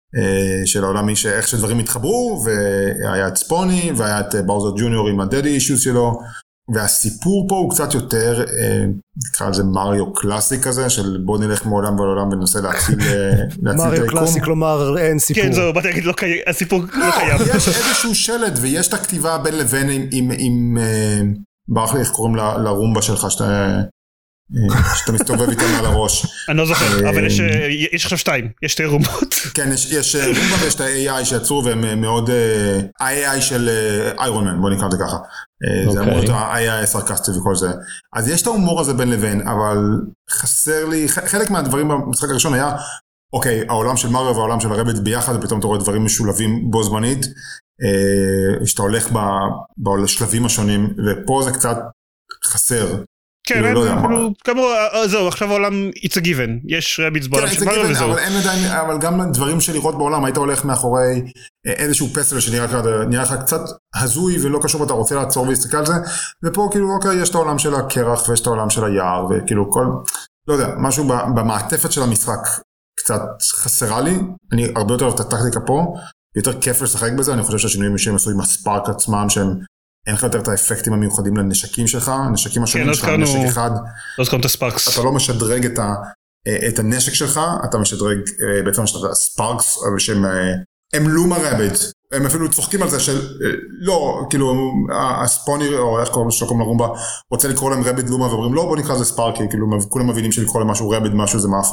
של העולמי שאיך שדברים התחברו, והיה את ספוני, והיה את באוזר ג'וניור עם הדדי אישוס שלו, והסיפור פה הוא קצת יותר, נקרא לזה מריו קלאסי כזה, של בוא נלך מעולם ולעולם וננסה להציל את היקום. מריו קלאסי, כלומר אין סיפור. כן, זהו, באתי להגיד, הסיפור לא קיים. יש איזשהו שלד, ויש את הכתיבה בין לבין עם ברח לי איך קוראים לרומבה שלך, שאתה מסתובב איתם על הראש. אני לא זוכר, אבל יש עכשיו שתיים, יש שתי רומבות. כן, יש רומבה ויש את ה-AI שיצרו, והם מאוד, ה-AI של איירון מן, בוא נקרא את זה ככה. זה אמור להיות ה-AI סרקסטי וכל זה. אז יש את ההומור הזה בין לבין, אבל חסר לי, חלק מהדברים במשחק הראשון היה, אוקיי, העולם של מריו והעולם של הרביץ ביחד, ופתאום אתה רואה דברים משולבים בו זמנית, שאתה הולך בשלבים השונים, ופה זה קצת חסר. כן, כאמור, זהו, עכשיו העולם it's a given, יש רביץ בעולם של מריו וזהו. אבל גם דברים שלראות בעולם, היית הולך מאחורי איזשהו פסל שנראה לך קצת הזוי ולא קשור, ואתה רוצה לעצור ולהסתכל על זה, ופה כאילו, אוקיי, יש את העולם של הקרח ויש את העולם של היער, וכאילו כל, לא יודע, משהו במעטפת של המשחק קצת חסרה לי, אני הרבה יותר אוהב את הטקטיקה פה, יותר כיף לשחק בזה, אני חושב שהשינויים שהם עשו עם הספארק עצמם, שהם אין לך יותר את האפקטים המיוחדים לנשקים שלך, הנשקים השונים שלך, נשק אחד, לא זכרנו את הספארקס. אתה לא משדרג את הנשק שלך, אתה משדרג בעצם ספארקס, הם לומה רביט, הם אפילו צוחקים על זה של, לא, כאילו, הספוני, או איך קוראים שקוראים לרומבה, רוצה לקרוא להם רביט לומה, ואומרים, לא, בוא נקרא זה ספארקי, כאילו, כולם מבינים שלקרוא להם משהו רביט, משהו זה מאפן.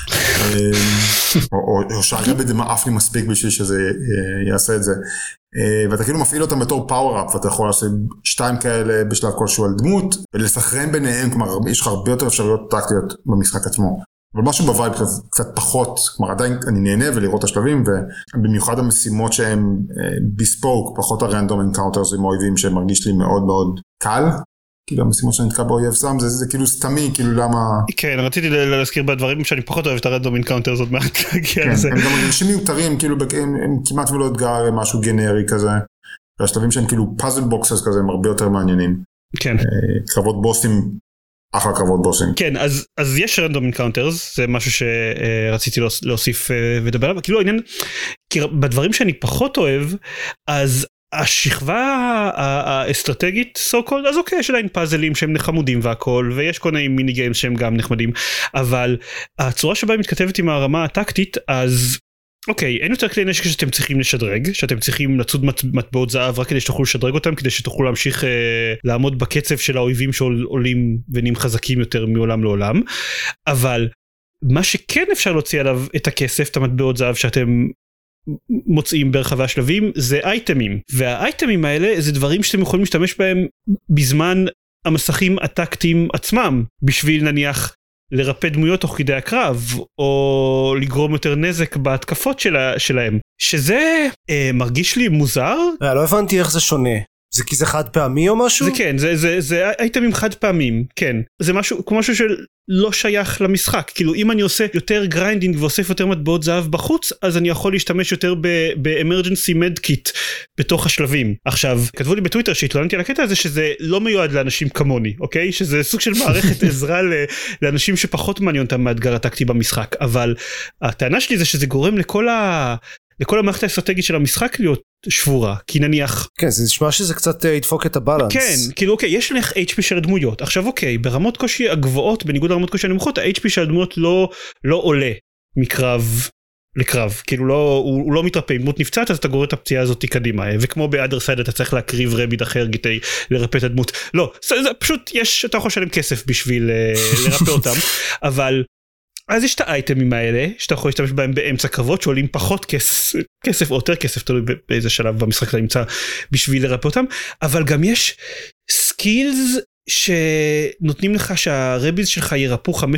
או שהרביט זה מאף לי מספיק בשביל שזה יעשה את זה. ואתה כאילו מפעיל אותם בתור פאוור-אפ, ואתה יכול לעשות 2 כאלה בשלב כלשהו על דמות, ולסחרן ביניהם, כלומר, יש לך הרבה יותר אפשרויות טקטיות במשחק עצמו. אבל משהו בווייב קצת פחות, כלומר עדיין אני נהנה ולראות את השלבים, ובמיוחד המשימות שהן בספוק, פחות הרנדום אנקאונטרס עם אויבים שמרגיש לי מאוד מאוד קל, כאילו המשימות שאני נתקע באויב סם, זה כאילו סתמי, כאילו למה... כן, רציתי להזכיר בדברים שאני פחות אוהב את הרנדום אנקאונטרס עוד מעט להגיע לזה. הם גם מרגישים מיותרים, כאילו הם כמעט ולא אתגר משהו גנרי כזה, והשלבים שהם כאילו פאזל בוקסס כזה, הם הרבה יותר מעניינים. כן. קרבות בוסים, אחלה קרבות בוסים. כן, אז יש רנדום אנקאונטרס, זה משהו שרציתי להוסיף ודבר עליו, כאילו העניין, כי בדברים שאני פחות אוהב, אז השכבה האסטרטגית so called, אז אוקיי, יש עדיין פאזלים שהם נחמודים והכל, ויש כל מיני מיני גיימס שהם גם נחמדים, אבל הצורה שבה היא מתכתבת עם הרמה הטקטית, אז אוקיי, אין יותר כלי נשק שאתם צריכים לשדרג, שאתם צריכים לצוד מטבעות זהב רק כדי שתוכלו לשדרג אותם, כדי שתוכלו להמשיך לעמוד בקצב של האויבים שעולים ונהיים חזקים יותר מעולם לעולם, אבל מה שכן אפשר להוציא עליו את הכסף, את המטבעות זהב שאתם מוצאים ברחבי השלבים, זה אייטמים, והאייטמים האלה זה דברים שאתם יכולים להשתמש בהם בזמן המסכים הטקטיים עצמם, בשביל נניח לרפא דמויות תוך כדי הקרב, או לגרום יותר נזק בהתקפות שלהם, שזה מרגיש לי מוזר. לא הבנתי איך זה שונה. זה כי זה חד פעמי או משהו? זה כן, זה אייטמים חד פעמים, כן. זה משהו, כמו משהו שלא שייך למשחק. כאילו, אם אני עושה יותר גריינדינג ואוסף יותר מטבעות זהב בחוץ, אז אני יכול להשתמש יותר ב-emergency medkit בתוך השלבים. עכשיו, כתבו לי בטוויטר שהתלוננתי על הקטע הזה, שזה לא מיועד לאנשים כמוני, אוקיי? שזה סוג של מערכת עזרה לאנשים שפחות מעניין אותם מהאתגר הטקטי במשחק. אבל הטענה שלי זה שזה גורם לכל המערכת האסטרטגית של המשחק להיות שבורה, כי נניח... כן, זה נשמע שזה קצת ידפוק את הבלנס. כן, כאילו אוקיי, יש לך HP של הדמויות. עכשיו אוקיי, ברמות קושי הגבוהות, בניגוד לרמות קושי הנמוכות, ה-HP של הדמויות לא עולה מקרב לקרב. כאילו הוא לא מתרפא, אם דמות נפצעת, אז אתה גורר את הפציעה הזאת קדימה. וכמו ב-Other Side אתה צריך להקריב רביד אחר כדי לרפא את הדמות. לא, זה פשוט אתה יכול לשלם כסף בשביל לרפא אותם, אבל... אז יש את האייטמים האלה, שאתה יכול להשתמש בהם באמצע קרבות, שעולים פחות כסף או יותר כסף, תלוי באיזה שלב במשחק אתה נמצא בשביל לרפא אותם, אבל גם יש סקילס שנותנים לך שהרביז שלך ירפאו 15%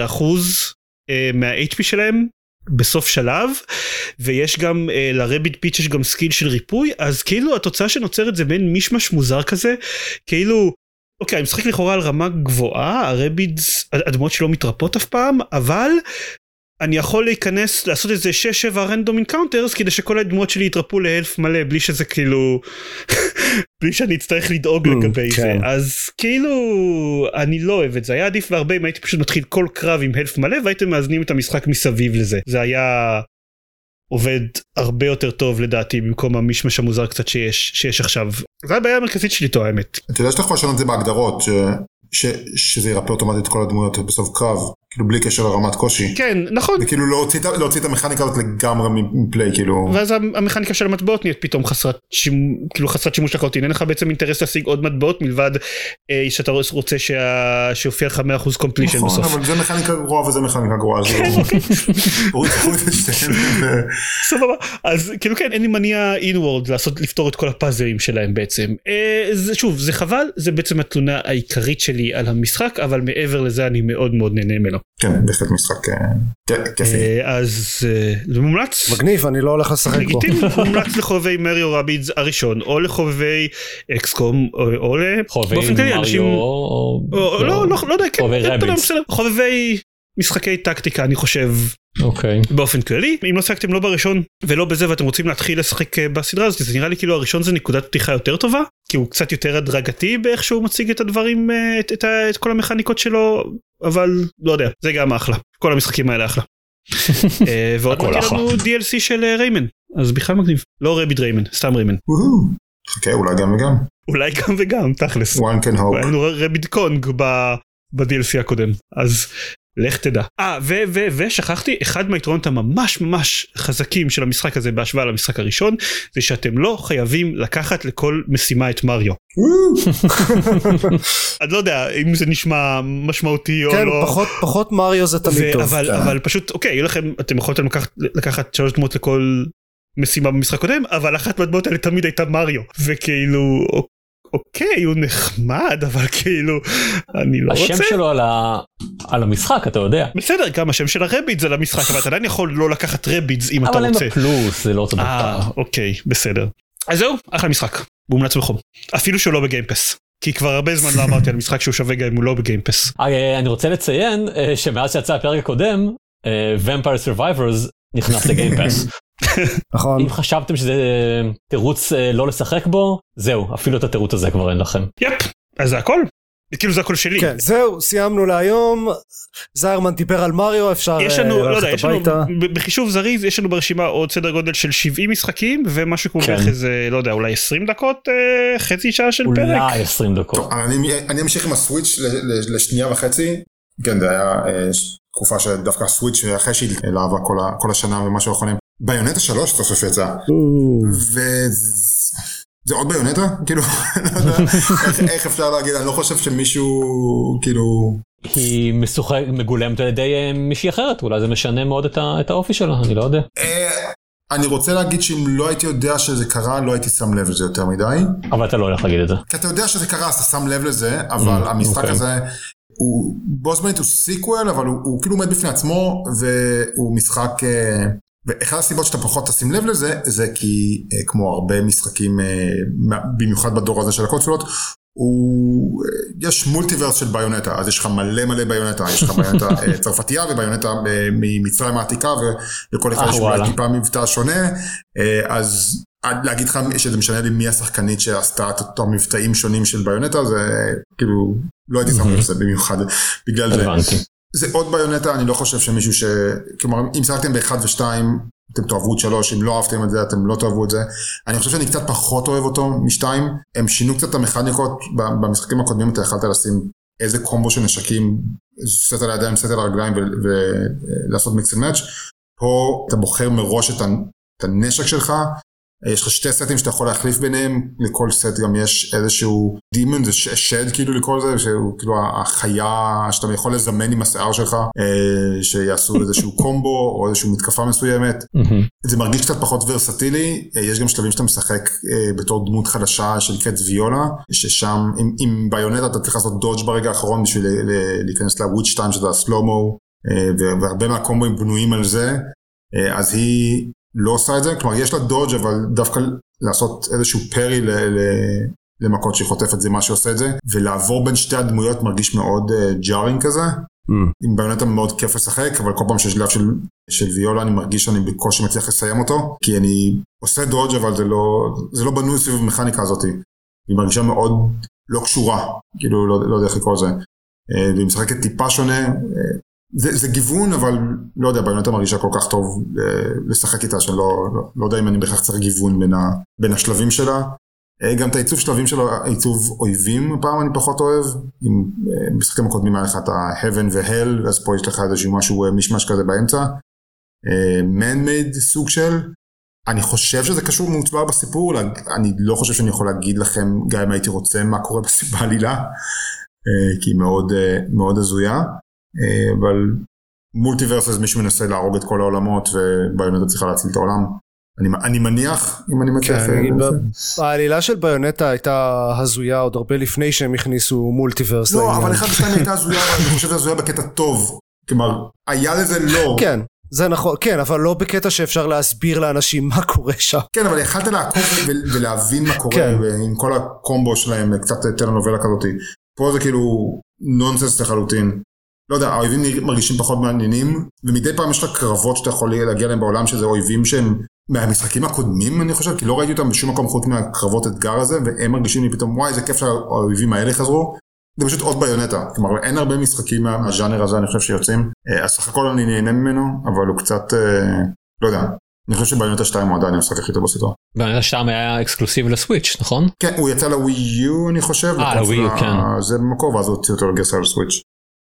מה-HP שלהם בסוף שלב, ויש גם לרביד פיץ' יש גם סקיל של ריפוי, אז כאילו התוצאה שנוצרת זה בין מישמש מוזר כזה, כאילו, אוקיי, אני משחק לכאורה על רמה גבוהה, הרבידס, הדמות שלו מתרפות אף פעם, אבל אני יכול להיכנס, לעשות איזה 6-7 רנדום אינקאונטרס, כדי שכל הדמות שלי יתרפו להלף מלא, בלי שזה כאילו, בלי שאני אצטרך לדאוג לגבי זה. אז כאילו, אני לא אוהב את זה. היה עדיף והרבה אם הייתי פשוט מתחיל כל קרב עם הלף מלא, והייתם מאזנים את המשחק מסביב לזה. זה היה עובד הרבה יותר טוב לדעתי, במקום המשמש המוזר קצת שיש עכשיו. זה הבעיה המרכזית שלי איתו, האמת. אתה יודע שאתה יכול לשנות את זה בהגדרות, שזה ירפא אוטומטית כל הדמויות בסוף קרב, כאילו בלי קשר לרמת קושי. כן, נכון. זה כאילו להוציא את המכניקה הזאת לגמרי מפליי, כאילו. ואז המכניקה של המטבעות נהיית פתאום חסרת שימוש לחלוטין. אין לך בעצם אינטרס להשיג עוד מטבעות, מלבד שאתה רוצה שיופיע לך 100% קומפלישן בסוף. נכון, אבל זה מכניקה גרועה וזה מכניקה גרועה. סבבה. אז כאילו כן, אין לי מניע אינוורד לפתור את כל הפאזלים שלהם בעצם. שוב, זה חבל, זה בעצם התלונה העיקרית שלי על המשחק, אבל מעבר לזה אני מאוד מאוד נהנה ממנו. כן, בהחלט משחק כיפי. אז זה מומלץ. מגניב, אני לא הולך לשחק בו. מומלץ לחובבי מריו רבידס הראשון, או לחובבי אקסקום, או באופן כללי אנשים... לא יודע, חובבי משחקי טקטיקה אני חושב. באופן כללי, אם לא שחקתם לא בראשון ולא בזה ואתם רוצים להתחיל לשחק בסדרה הזאת, זה נראה לי כאילו הראשון זה נקודת פתיחה יותר טובה, כי הוא קצת יותר הדרגתי באיך שהוא מציג את הדברים, את כל המכניקות שלו, אבל לא יודע, זה גם אחלה, כל המשחקים האלה אחלה. ועוד מעט לנו DLC של ריימן, אז בכלל מגניב, לא רביד ריימן, סתם ריימן. חכה, אולי גם וגם. אולי גם וגם, תכלס. One can hope. היינו רביד קונג ב-DLC הקודם, אז... לך תדע. ושכחתי, אחד מהיתרונות הממש ממש חזקים של המשחק הזה בהשוואה למשחק הראשון, זה שאתם לא חייבים לקחת לכל משימה את מריו. אני לא יודע אם זה נשמע משמעותי או לא. כן, פחות מריו זה תמיד טוב. אבל פשוט, אוקיי, אתם יכולתם לקחת 3 דמות לכל משימה במשחק קודם, אבל אחת מהדמות האלה תמיד הייתה מריו. וכאילו... אוקיי, הוא נחמד, אבל כאילו, אני לא רוצה. השם שלו על המשחק, אתה יודע. בסדר, גם השם של הרבידס על המשחק, אבל אתה עדיין יכול לא לקחת רבידס אם אתה רוצה. אבל אין בפלוס, זה לא אותו דבר. אוקיי, בסדר. אז זהו, אחלה משחק, מומלץ בחום. אפילו שהוא לא בגיימפס. כי כבר הרבה זמן לא אמרתי על משחק שהוא שווה גם אם הוא לא בגיימפס. אני רוצה לציין שמאז שיצא הפרק הקודם, Vampire Survivors נכנס לגיימפס. נכון. אם חשבתם שזה תירוץ לא לשחק בו, זהו, אפילו את התירוץ הזה כבר אין לכם. יפ, אז זה הכל. כאילו זה הכל שלי. כן, זהו, סיימנו להיום. זיירמן דיבר על מריו, אפשר ללכת הביתה. בחישוב זריז, יש לנו ברשימה עוד סדר גודל של 70 משחקים, ומשהו כמו בערך איזה, לא יודע, אולי 20 דקות, חצי שעה של פרק. אולי 20 דקות. אני אמשיך עם הסוויץ' לשנייה וחצי. כן, זה היה תקופה שדווקא הסוויץ' אחרי שהיא להבה כל השנה ומשהו האחרונים. ביונטה 3 סוף יצא. זה עוד ביונטה? כאילו, איך אפשר להגיד? אני לא חושב שמישהו, כאילו... היא מגולמת על ידי מישהי אחרת, אולי זה משנה מאוד את האופי שלה, אני לא יודע. אני רוצה להגיד שאם לא הייתי יודע שזה קרה, לא הייתי שם לב לזה יותר מדי. אבל אתה לא הולך להגיד את זה. כי אתה יודע שזה קרה, אז אתה שם לב לזה, אבל המשחק הזה, בו זמנית הוא סיקוול, אבל הוא כאילו עומד בפני עצמו, והוא משחק, ואחת הסיבות שאתה פחות תשים לב לזה, זה כי כמו הרבה משחקים, במיוחד בדור הזה של הקונסולות, יש מולטיברס של ביונטה, אז יש לך מלא ביונטה, יש לך ביונטה צרפתייה וביונטה ממצרים העתיקה, ולכל אחד יש אולי טיפה מבטא שונה, אז להגיד לך שזה משנה לי מי השחקנית שעשתה את אותם מבטאים שונים של ביונטה, זה כאילו לא הייתי שם לזה במיוחד בגלל זה. זה עוד ביונטה, אני לא חושב שמישהו כלומר אם שחקתם ב1 ו2, אתם תאהבו את 3, אם לא אהבתם את זה, אתם לא תאהבו את זה. אני חושב שאני קצת פחות אוהב אותו מ2, הם שינו קצת את המכניקות, במשחקים הקודמים אתה יכלת לשים איזה קומבו של נשקים, סט על הידיים, סט על הרגליים ולעשות מיקס ומאץ'. פה אתה בוחר מראש את הנשק שלך, יש לך 2 סטים שאתה יכול להחליף ביניהם, לכל סט גם יש איזשהו דימון, זה שד כאילו לקרוא לזה, שהוא כאילו החיה שאתה יכול לזמן עם השיער שלך, שיעשו איזשהו קומבו או איזשהו מתקפה מסוימת. זה מרגיש קצת פחות ורסטילי, יש גם שלבים שאתה משחק בתור דמות חדשה של קט ויולה, ששם עם ביונטה אתה צריך לעשות דודג' ברגע האחרון בשביל להיכנס לוויץ' טיים שזה הסלומו, והרבה מהקומבוים בנויים על זה, אז היא לא עושה את זה, כלומר יש לה דודג' אבל דווקא לעשות איזשהו פרי למכות שהיא חוטפת זה מה שעושה את זה, ולעבור בין שתי הדמויות מרגיש מאוד ג'ארינג כזה, עם ביונטה מאוד כיף לשחק, אבל כל פעם שיש שלב של ויולה אני מרגיש שאני בקושי מצליח לסיים אותו, כי אני עושה דודג' אבל זה לא בנוי סביב המכניקה הזאת, היא מרגישה מאוד לא קשורה, כאילו לא יודע איך לקרוא זה, והיא משחקת טיפה שונה, זה גיוון, אבל לא יודע, ביונטה מרגישה כל כך טוב לשחק איתה, שלא יודע אם אני בכך צריך גיוון בין השלבים שלה. גם את העיצוב שלבים שלה, עיצוב אויבים פעם אני פחות אוהב, עם משחקים הקודמים היה לך את ה-Heaven ו-Hell, אז פה יש לך איזשהו משהו משמש כזה באמצע. Man-made סוג של, אני חושב שזה קשור מוצבר בסיפור, אני לא חושב שאני יכול להגיד לכם, גם אם הייתי רוצה מה קורה בעלילה, כי היא מאוד, מאוד הזויה. אבל מולטיברס אז מישהו מנסה להרוג את כל העולמות וביונטה צריכה להציל את העולם, אני מניח אם אני מצליח. העלילה של ביונטה הייתה הזויה עוד הרבה לפני שהם הכניסו מולטיברס. לא, אבל אחד בשתיים הייתה הזויה, אבל אני חושב שזה הזויה בקטע טוב, כלומר היה לזה לא. כן, זה נכון, כן, אבל לא בקטע שאפשר להסביר לאנשים מה קורה שם. כן, אבל יכלת לעקוב ולהבין מה קורה, עם כל הקומבו שלהם, קצת טלנובלה כזאת, פה זה כאילו נונסנס לחלוטין. לא יודע, האויבים מרגישים פחות מעניינים, ומדי פעם יש לך קרבות שאתה יכול להגיע להם בעולם, שזה אויבים שהם מהמשחקים הקודמים, אני חושב, כי לא ראיתי אותם בשום מקום חוץ מהקרבות אתגר הזה, והם מרגישים לי פתאום, וואי, זה כיף שהאויבים האלה חזרו, זה פשוט עוד ביונטה, כלומר, אין הרבה משחקים מהז'אנר הזה, אני חושב שיוצאים, אז סך הכל אני נהנה ממנו, אבל הוא קצת, לא יודע, אני חושב שביונטה 2 הוא עדיין המשחק הכי טוב בסדרה. ביונטה 2 היה אקסקלוסיב לסוויץ', נכון? כן, הוא יצא לווי יו, אני חושב, לווי יו, כן. זה במקור, ואז הוא הוציא אותו לגרסה לסוויץ'.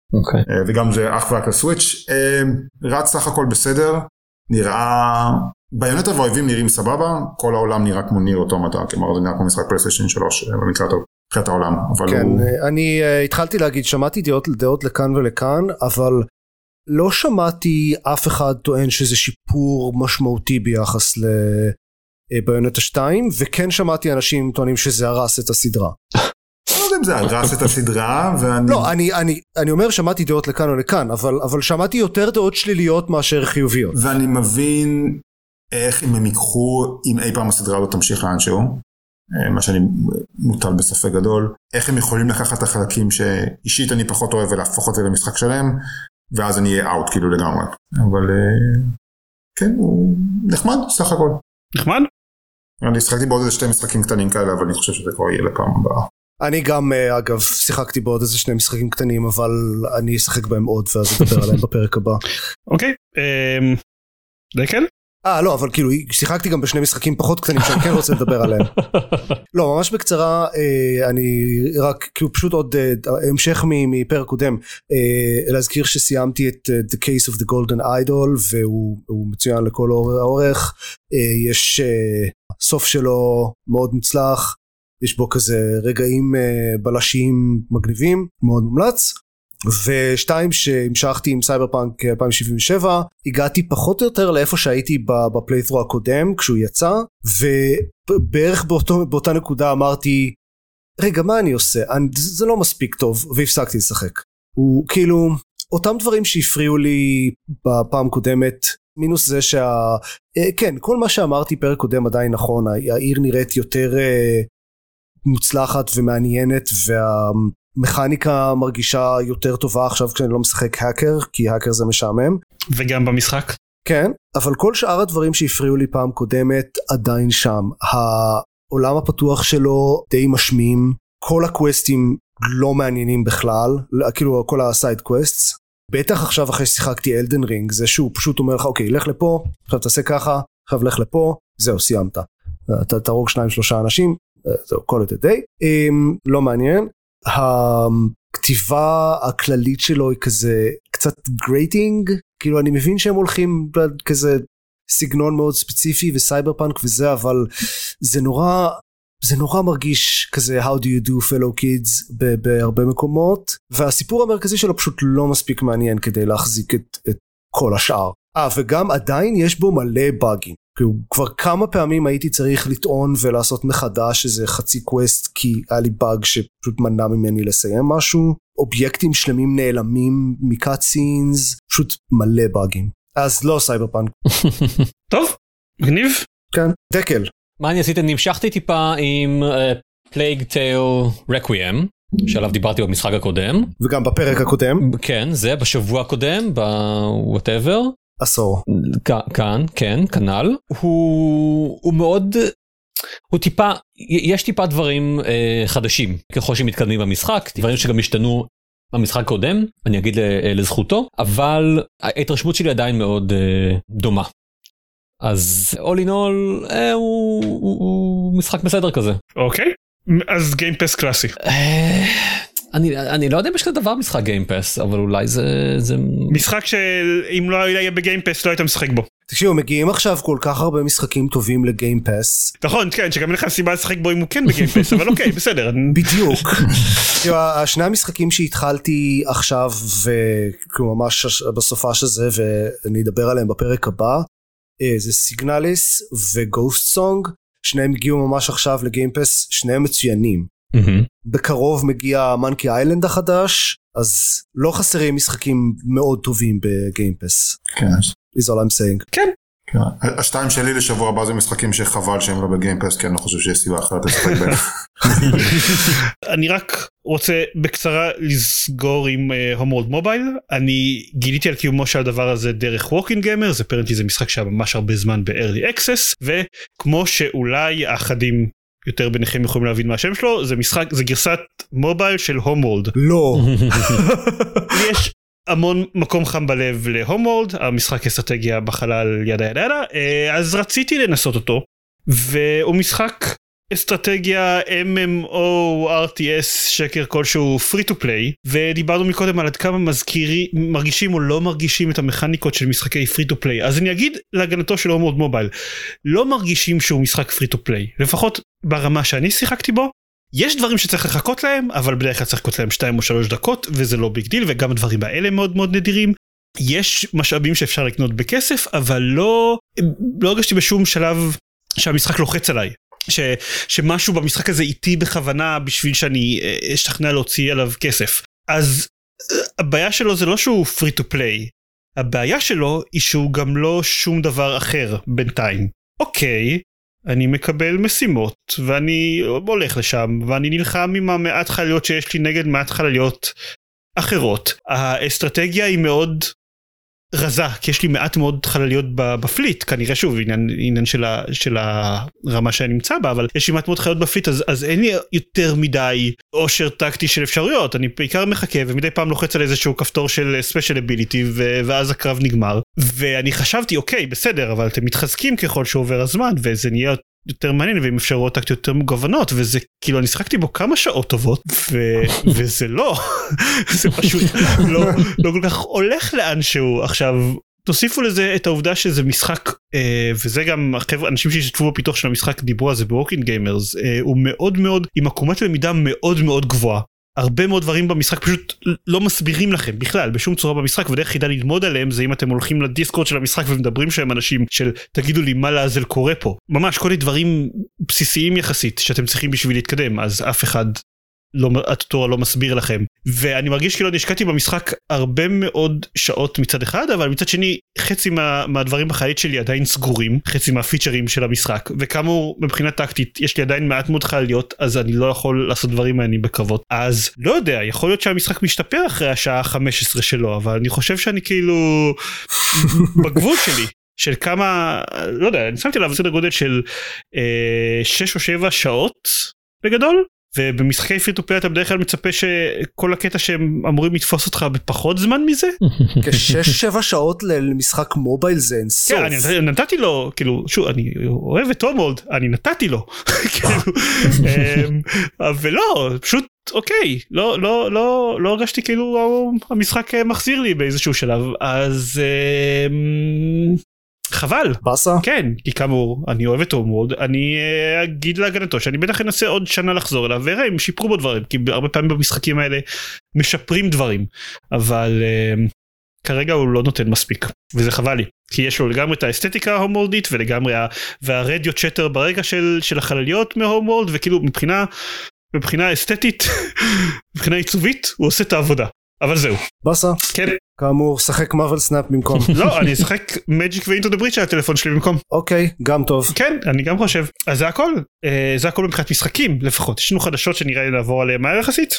וגם זה אך ורק לסוויץ', רץ סך הכל בסדר, נראה, ביונטה והאויבים נראים סבבה, כל העולם נראה כמו ניר אוטומטה, כלומר זה נראה כמו משחק פלייסטיישן 3 במקרה טוב, מבחינת העולם. כן, אני התחלתי להגיד, שמעתי דעות לכאן ולכאן, אבל לא שמעתי אף אחד טוען שזה שיפור משמעותי ביחס לביונטה 2, וכן שמעתי אנשים טוענים שזה הרס את הסדרה. זה הרס את הסדרה ואני... לא, אני אומר שמעתי דעות לכאן או לכאן, אבל שמעתי יותר דעות שליליות מאשר חיוביות. ואני מבין איך אם הם ייקחו, אם אי פעם הסדרה לא תמשיך לאנשהו, מה שאני מוטל בספק גדול, איך הם יכולים לקחת את החלקים שאישית אני פחות אוהב ולהפוך את זה למשחק שלהם, ואז אני אהיה אאוט כאילו לגמרי. אבל כן, הוא נחמד סך הכל. נחמד? אני שחקתי בעוד איזה 2 משחקים קטנים כאלה, אבל אני חושב שזה כבר יהיה לפעם הבאה. אני גם, אגב, שיחקתי בעוד איזה 2 משחקים קטנים, אבל אני אשחק בהם עוד, ואז אדבר עליהם בפרק הבא. אוקיי, דקל? לא, אבל כאילו, שיחקתי גם ב2 משחקים פחות קטנים, שאני כן רוצה לדבר עליהם. לא, ממש בקצרה, אני רק, כאילו, פשוט עוד המשך מפרק קודם, להזכיר שסיימתי את The Case of the Golden Idol, והוא מצוין לכל האורך, יש סוף שלו מאוד מוצלח, יש בו כזה רגעים בלשיים מגניבים, מאוד מומלץ. ושתיים שהמשכתי עם סייברפאנק 2077, הגעתי פחות או יותר לאיפה שהייתי בפליית'רו הקודם כשהוא יצא, ובערך באותה נקודה אמרתי, רגע מה אני עושה? זה לא מספיק טוב, והפסקתי לשחק. הוא כאילו, אותם דברים שהפריעו לי בפעם קודמת, מינוס זה כן, כל מה שאמרתי פרק קודם עדיין נכון, העיר נראית יותר מוצלחת ומעניינת, והמכניקה מרגישה יותר טובה עכשיו כשאני לא משחק האקר, כי האקר זה משעמם. וגם במשחק? כן, אבל כל שאר הדברים שהפריעו לי פעם קודמת עדיין שם. העולם הפתוח שלו די משמים, כל הקווסטים לא מעניינים בכלל, כאילו כל הסייד קווסטס, בטח עכשיו אחרי ששיחקתי אלדן רינג, זה שהוא פשוט אומר לך, אוקיי, לך לפה, עכשיו תעשה ככה, עכשיו לך לפה, זהו, סיימת. אתה תרוג 2-3 אנשים, זהו, call it a day. לא מעניין. הכתיבה הכללית שלו היא כזה, קצת גרייטינג, כאילו אני מבין שהם הולכים כזה סגנון מאוד ספציפי וסייברפאנק וזה, אבל זה נורא מרגיש כזה how do you do fellow kids בהרבה מקומות, והסיפור המרכזי שלו פשוט לא מספיק מעניין כדי להחזיק את כל השאר. וגם עדיין יש בו מלא באגים, כבר כמה פעמים הייתי צריך לטעון ולעשות מחדש איזה חצי קווסט, כי היה לי באג שפשוט מנע ממני לסיים משהו, אובייקטים שלמים נעלמים מקאט סינס, פשוט מלא באגים. אז לא סייברפאנק. טוב, מגניב. כן, דקל. מה אני עשיתי? נמשכתי טיפה עם פלייג טייל רקוויאם, שעליו דיברתי במשחק הקודם. וגם בפרק הקודם. כן, זה בשבוע הקודם, ב-whatever. עשור. כאן, כן, כנל. הוא מאוד, הוא טיפה, יש טיפה דברים חדשים, ככל שמתקדמים במשחק, דברים שגם השתנו במשחק הקודם, אני אגיד לזכותו, אבל ההתרשמות שלי עדיין מאוד דומה. אז all in all, הוא משחק בסדר כזה. אוקיי, אז גיימפס קלאסי. אני לא יודע אם יש כזה דבר משחק גיימפס, אבל אולי זה... משחק שאם לא היה בגיימפס לא היית משחק בו. תקשיבו, מגיעים עכשיו כל כך הרבה משחקים טובים לגיימפס. נכון, כן, שגם אין לך סיבה לשחק בו אם הוא כן בגיימפס, אבל אוקיי, בסדר. בדיוק. השני המשחקים שהתחלתי עכשיו, וממש בסופה של זה, ואני אדבר עליהם בפרק הבא, זה סיגנליס וגוסט סונג, שניהם הגיעו ממש עכשיו לגיימפס, שניהם מצוינים. בקרוב מגיע מנקי איילנד החדש, אז לא חסרים משחקים מאוד טובים בגיימפס. כן. is all I'm saying. כן. השתיים שלי לשבוע הבא זה משחקים שחבל שהם לא בגיימפס, כי אני לא חושב שיש סיבה אחרת לשחק בהם. אני רק רוצה בקצרה לסגור עם הומוולד מובייל. אני גיליתי על קיומו של הדבר הזה דרך ווקינג גיימר, זה פרנטי זה משחק שהיה ממש הרבה זמן ב-early access, וכמו שאולי האחדים יותר ביניכם יכולים להבין מה השם שלו, זה משחק, זה גרסת מובייל של הומוולד. לא. יש המון מקום חם בלב להומוולד, המשחק אסטרטגיה בחלל ידה ידה ידה, אז רציתי לנסות אותו, והוא משחק אסטרטגיה MMO RTS שקר כלשהו free to play, ודיברנו מקודם על עד כמה מרגישים או לא מרגישים את המכניקות של משחקי free to play, אז אני אגיד להגנתו של הומוולד מובייל, לא מרגישים שהוא משחק free to play, לפחות ברמה שאני שיחקתי בו, יש דברים שצריך לחכות להם, אבל בדרך כלל צריך לחכות להם 2 או 3 דקות, וזה לא ביג דיל, וגם הדברים האלה מאוד מאוד נדירים. יש משאבים שאפשר לקנות בכסף, אבל לא הרגשתי בשום שלב שהמשחק לוחץ עליי. שמשהו במשחק הזה איתי בכוונה בשביל שאני אשתכנע להוציא עליו כסף. אז הבעיה שלו זה לא שהוא free to play, הבעיה שלו היא שהוא גם לא שום דבר אחר בינתיים. אוקיי, אני מקבל משימות ואני הולך לשם ואני נלחם עם המעט חלליות שיש לי נגד מעט חלליות אחרות. האסטרטגיה היא מאוד רזה, כי יש לי מעט מאוד חלליות בפליט, כנראה שוב עניין של הרמה שאני נמצא בה, אבל יש לי מעט מאוד חלליות בפליט, אז אין לי יותר מדי עושר טקטי של אפשרויות, אני בעיקר מחכה ומדי פעם לוחץ על איזשהו כפתור של ספיישל אביליטי, ואז הקרב נגמר, ואני חשבתי אוקיי בסדר, אבל אתם מתחזקים ככל שעובר הזמן, וזה נהיה יותר מעניין ועם אפשרויות טקטיות יותר מגוונות, וזה כאילו אני שחקתי בו כמה שעות טובות וזה לא זה פשוט לא כל כך הולך לאנשהו. עכשיו תוסיפו לזה את העובדה שזה משחק, וזה גם אנשים שהשתתפו בפיתוח של המשחק דיברו על זה בווקינג גיימרס, הוא מאוד מאוד עם עקומת למידה מאוד מאוד גבוהה, הרבה מאוד דברים במשחק פשוט לא מסבירים לכם בכלל בשום צורה במשחק, ודרך יחידה ללמוד עליהם זה אם אתם הולכים לדיסקורד של המשחק ומדברים שהם אנשים של תגידו לי מה לעזל קורה פה, ממש כל הדברים בסיסיים יחסית שאתם צריכים בשביל להתקדם, אז אף אחד הטוטוריאל לא מסביר לכם, ואני מרגיש כאילו אני השקעתי במשחק הרבה מאוד שעות מצד אחד, אבל מצד שני חצי מהדברים בחללית שלי עדיין סגורים, חצי מהפיצ'רים של המשחק, וכאמור מבחינה טקטית יש לי עדיין מעט מאוד חלליות, אז אני לא יכול לעשות דברים מעניינים בקרבות, אז לא יודע, יכול להיות שהמשחק משתפר אחרי השעה 15 שלו, אבל אני חושב שאני כאילו בגבול שלי של כמה, לא יודע, אני שמתי עליו סדר גודל של 6 או 7 שעות בגדול, ובמשחקי פרי טו פליי אתה בדרך כלל מצפה שכל הקטע שהם אמורים לתפוס אותך בפחות זמן מזה. כ6-7 שעות למשחק מובייל זה אין סוף. כן, אני נתתי לו, כאילו, שוב, אני אוהב את הומולד, אני נתתי לו. אבל לא, פשוט, אוקיי, לא הרגשתי כאילו המשחק מחזיר לי באיזשהו שלב, אז חבל. בסה? כן, כי כאמור, אני אוהב אותו מאוד, אני אגיד להגנתו שאני בטח אנסה עוד שנה לחזור אליו, וראה אם שיפרו בו דברים, כי הרבה פעמים במשחקים האלה משפרים דברים, אבל כרגע הוא לא נותן מספיק, וזה חבל לי, כי יש לו לגמרי את האסתטיקה ההומולדית, ולגמרי והרדיו צ'טר ברגע של החלליות מההומולד, וכאילו מבחינה אסתטית, מבחינה עיצובית, הוא עושה את העבודה. אבל זהו. בסה? כן. כאמור, שחק מרוול סנאפ במקום. לא, אני אשחק מג'יק ואינטו דה בריץ' על הטלפון שלי במקום. אוקיי, גם טוב. כן, אני גם חושב. אז זה הכל. זה הכל מבחינת משחקים, לפחות. יש לנו חדשות שנראה לי לעבור עליהם מהר יחסית.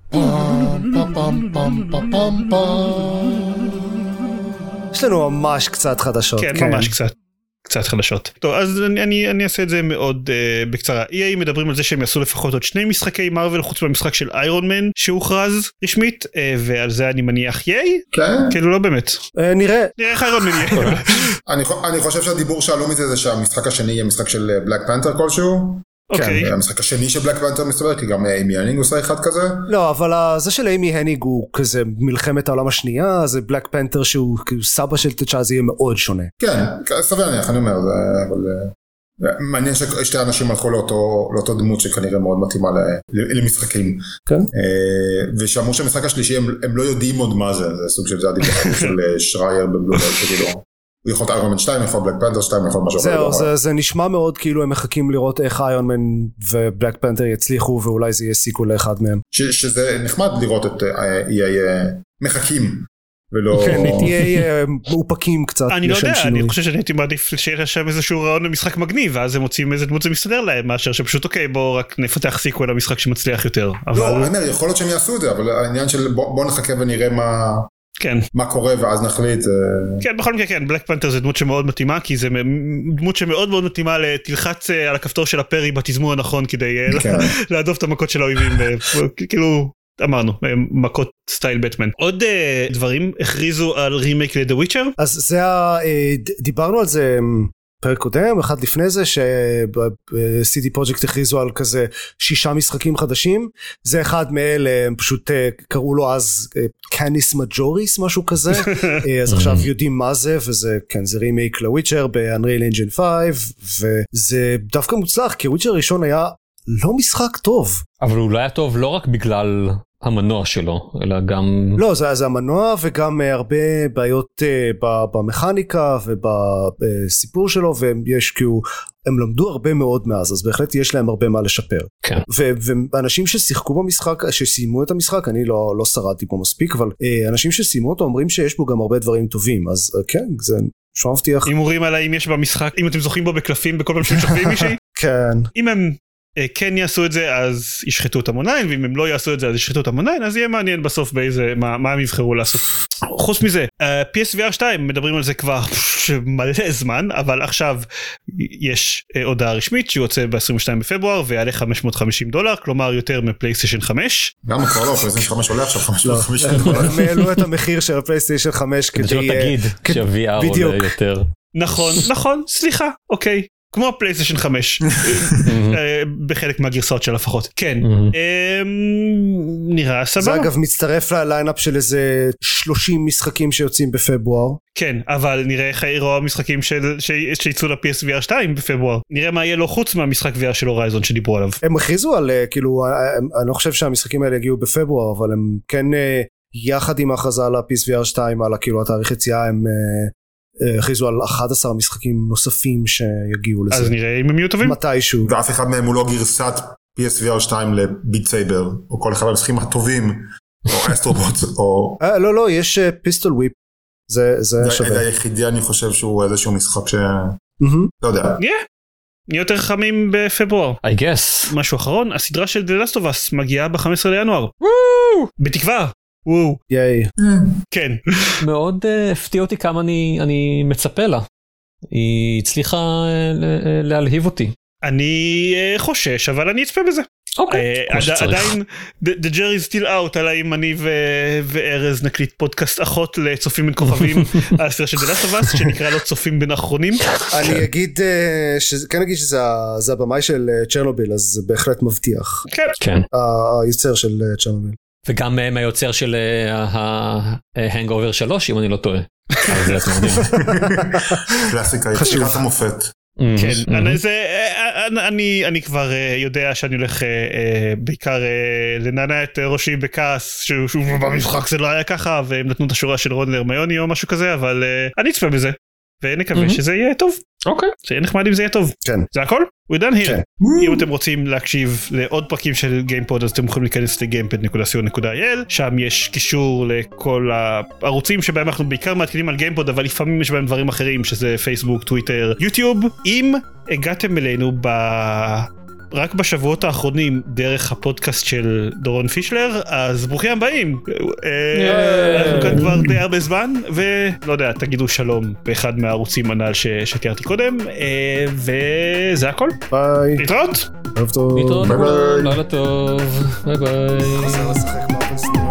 יש לנו ממש קצת חדשות. כן, ממש קצת חדשות. טוב, אז אני אעשה את זה מאוד בקצרה. EA מדברים על זה שהם יעשו לפחות עוד 2 משחקי מרוול חוץ מהמשחק של איירון מן שהוכרז רשמית, ועל זה אני מניח יאי? כן. כאילו לא באמת. נראה איך איירון מן יהיה. אני חושב שהדיבור שעלו מזה זה שהמשחק השני יהיה משחק של בלק פנתר כלשהו. אוקיי. המשחק השני של בלק פנתר מסתבר, כי גם אימי הנינג עושה אחד כזה. לא, אבל זה של אימי הנינג הוא כזה מלחמת העולם השנייה, זה בלק פנתר שהוא סבא של תצ'ה, זה יהיה מאוד שונה. כן, סביר אני אומר, אבל מעניין ששתי אנשים הלכו לאותו דמות שכנראה מאוד מתאימה למשחקים. כן. ושאמרו שהמשחק השלישי הם לא יודעים עוד מה זה, זה סוג של זה הדיבור של שרייר בבלומברג, כאילו. הוא יכול את איירון מן 2, יכול בלק פנתר 2, יכול משהו. זהו, זה נשמע מאוד כאילו הם מחכים לראות איך איירון מן ובלק פנתר יצליחו, ואולי זה יהיה סיקוול לאחד מהם. שזה נחמד לראות את מחכים, ולא... כן, תהיה מאופקים קצת. אני לא יודע, אני חושב שאני הייתי מעדיף שיהיה שם איזשהו רעיון למשחק מגניב, ואז הם מוצאים איזה דמות זה מסתדר להם, מאשר שפשוט אוקיי, בואו רק נפתח סיקוול למשחק שמצליח יותר. לא, אני אומר, יכול להיות שהם יעשו את זה, אבל העניין של בואו נחכה ונראה מה קורה ואז נחליט. כן, בכל מקרה כן, בלק פנתר זה דמות שמאוד מתאימה, כי זה דמות שמאוד מאוד מתאימה תלחץ על הכפתור של הפרי בתזמור הנכון כדי להדוף את המכות של האויבים, כאילו אמרנו, מכות סטייל בטמן. עוד דברים הכריזו על רימייק ל"דה וויצ'ר"? אז זה דיברנו על זה פרק קודם, אחד לפני זה ש-CD פרוג'קט הכריזו על כזה 6 משחקים חדשים, זה אחד מאלה, הם פשוט קראו לו אז קאניס מג'וריס, משהו כזה, אז עכשיו יודעים מה זה, וזה כן, זה רימייק לוויצ'ר באנריל אנג'ין 5, וזה דווקא מוצלח, כי וויצ'ר הראשון היה לא משחק טוב. אבל הוא לא היה טוב לא רק בגלל המנוע שלו, אלא גם... לא, זה המנוע וגם הרבה בעיות במכניקה ובסיפור שלו, ויש כאילו, הם למדו הרבה מאוד מאז, אז בהחלט יש להם הרבה מה לשפר. כן. ואנשים ששיחקו במשחק, שסיימו את המשחק, אני לא שרדתי פה מספיק, אבל אנשים שסיימו אותו אומרים שיש בו גם הרבה דברים טובים, אז כן, זה... שום מבטיח. הימורים על האם יש במשחק, אם אתם זוכים בו בקלפים בכל פעם שמשחקים מישהי? כן. אם הם כן יעשו את זה אז ישחטו אותם אונליין, ואם הם לא יעשו את זה אז ישחטו אותם אונליין, אז יהיה מעניין בסוף באיזה, מה הם יבחרו לעשות. חוץ מזה, PSVR 2 מדברים על זה כבר מלא זמן, אבל עכשיו יש הודעה רשמית שהוא יוצא ב-22 בפברואר ויעלה $550, כלומר יותר מפלייסטיישן 5. גם כבר לא, פלייסטיישן 5 עולה עכשיו $550. הם העלו את המחיר של הפלייסטיישן 5 כדי... שלא תגיד שה-VR עולה יותר. נכון, סליחה, אוקיי. כמו פלייסטיישן 5 בחלק מהגרסאות של לפחות. כן, נראה סבבה. זה אגב מצטרף לליינאפ של איזה 30 משחקים שיוצאים בפברואר. כן, אבל נראה איך יראו המשחקים שיצאו ל-PSVR 2 בפברואר. נראה מה יהיה לו חוץ מהמשחק VR של הורייזון שדיברו עליו. הם הכריזו על, כאילו, אני לא חושב שהמשחקים האלה יגיעו בפברואר, אבל הם כן, יחד עם ההכרזה על ה-PSVR 2, על כאילו התאריך יציאה, הם הכריזו על 11 משחקים נוספים שיגיעו לזה. אז נראה אם הם יהיו טובים. מתישהו. ואף אחד מהם הוא לא גרסת PSVR 2 לביט סייבר, או כל אחד מהמשחקים הטובים, או אסטרובוט, או... לא, יש פיסטול וויפ. זה שווה. היחידי אני חושב שהוא איזשהו משחק ש... לא יודע. נהיה יותר חכמים בפברואר. I guess. משהו אחרון, הסדרה של The Last of Us מגיעה ב-15 לינואר. בתקווה. ייי. כן. מאוד הפתיע אותי כמה אני מצפה לה. היא הצליחה להלהיב אותי. אני חושש, אבל אני אצפה בזה. עדיין, the jury is still out, על האם אני וארז נקליט פודקאסט אחות לצופים בין כוכבים על הסדרה של The Last of Us, שנקרא לו צופים בין האחרונים. אני אגיד, כן אגיד שזה הבמאי של צ'רנוביל, אז זה בהחלט מבטיח. כן. היוצר של צ'רנוביל. וגם מהיוצר של ההנגאובר 3, אם אני לא טועה. אז אתם יודעים. קלאסיקה, יצירת המופת. כן, אני כבר יודע שאני הולך בעיקר לנענע את ראשי בכעס שהוא במשחק זה לא היה ככה, והם נתנו את השורה של רון להרמיוני או משהו כזה, אבל אני אצפה בזה ונקווה שזה יהיה טוב. אוקיי. זה יהיה נחמד אם זה יהיה טוב. כן. זה הכל? We're done here. אם אתם רוצים להקשיב לעוד פרקים של גיימפוד, אז אתם יכולים להיכנס ל-gamepod.co.il, שם יש קישור לכל הערוצים שבהם אנחנו בעיקר מעדכנים על גיימפוד, אבל לפעמים יש בהם דברים אחרים, שזה פייסבוק, טוויטר, יוטיוב. אם הגעתם אלינו רק בשבועות האחרונים דרך הפודקאסט של דורון פישלר, אז ברוכים הבאים. אנחנו כאן כבר די הרבה זמן, ולא יודע, תגידו שלום באחד מהערוצים הנ"ל שתיארתי קודם, וזה הכל. ביי. להתראות. ערב טוב. להתראות. לילה טוב. ביי ביי.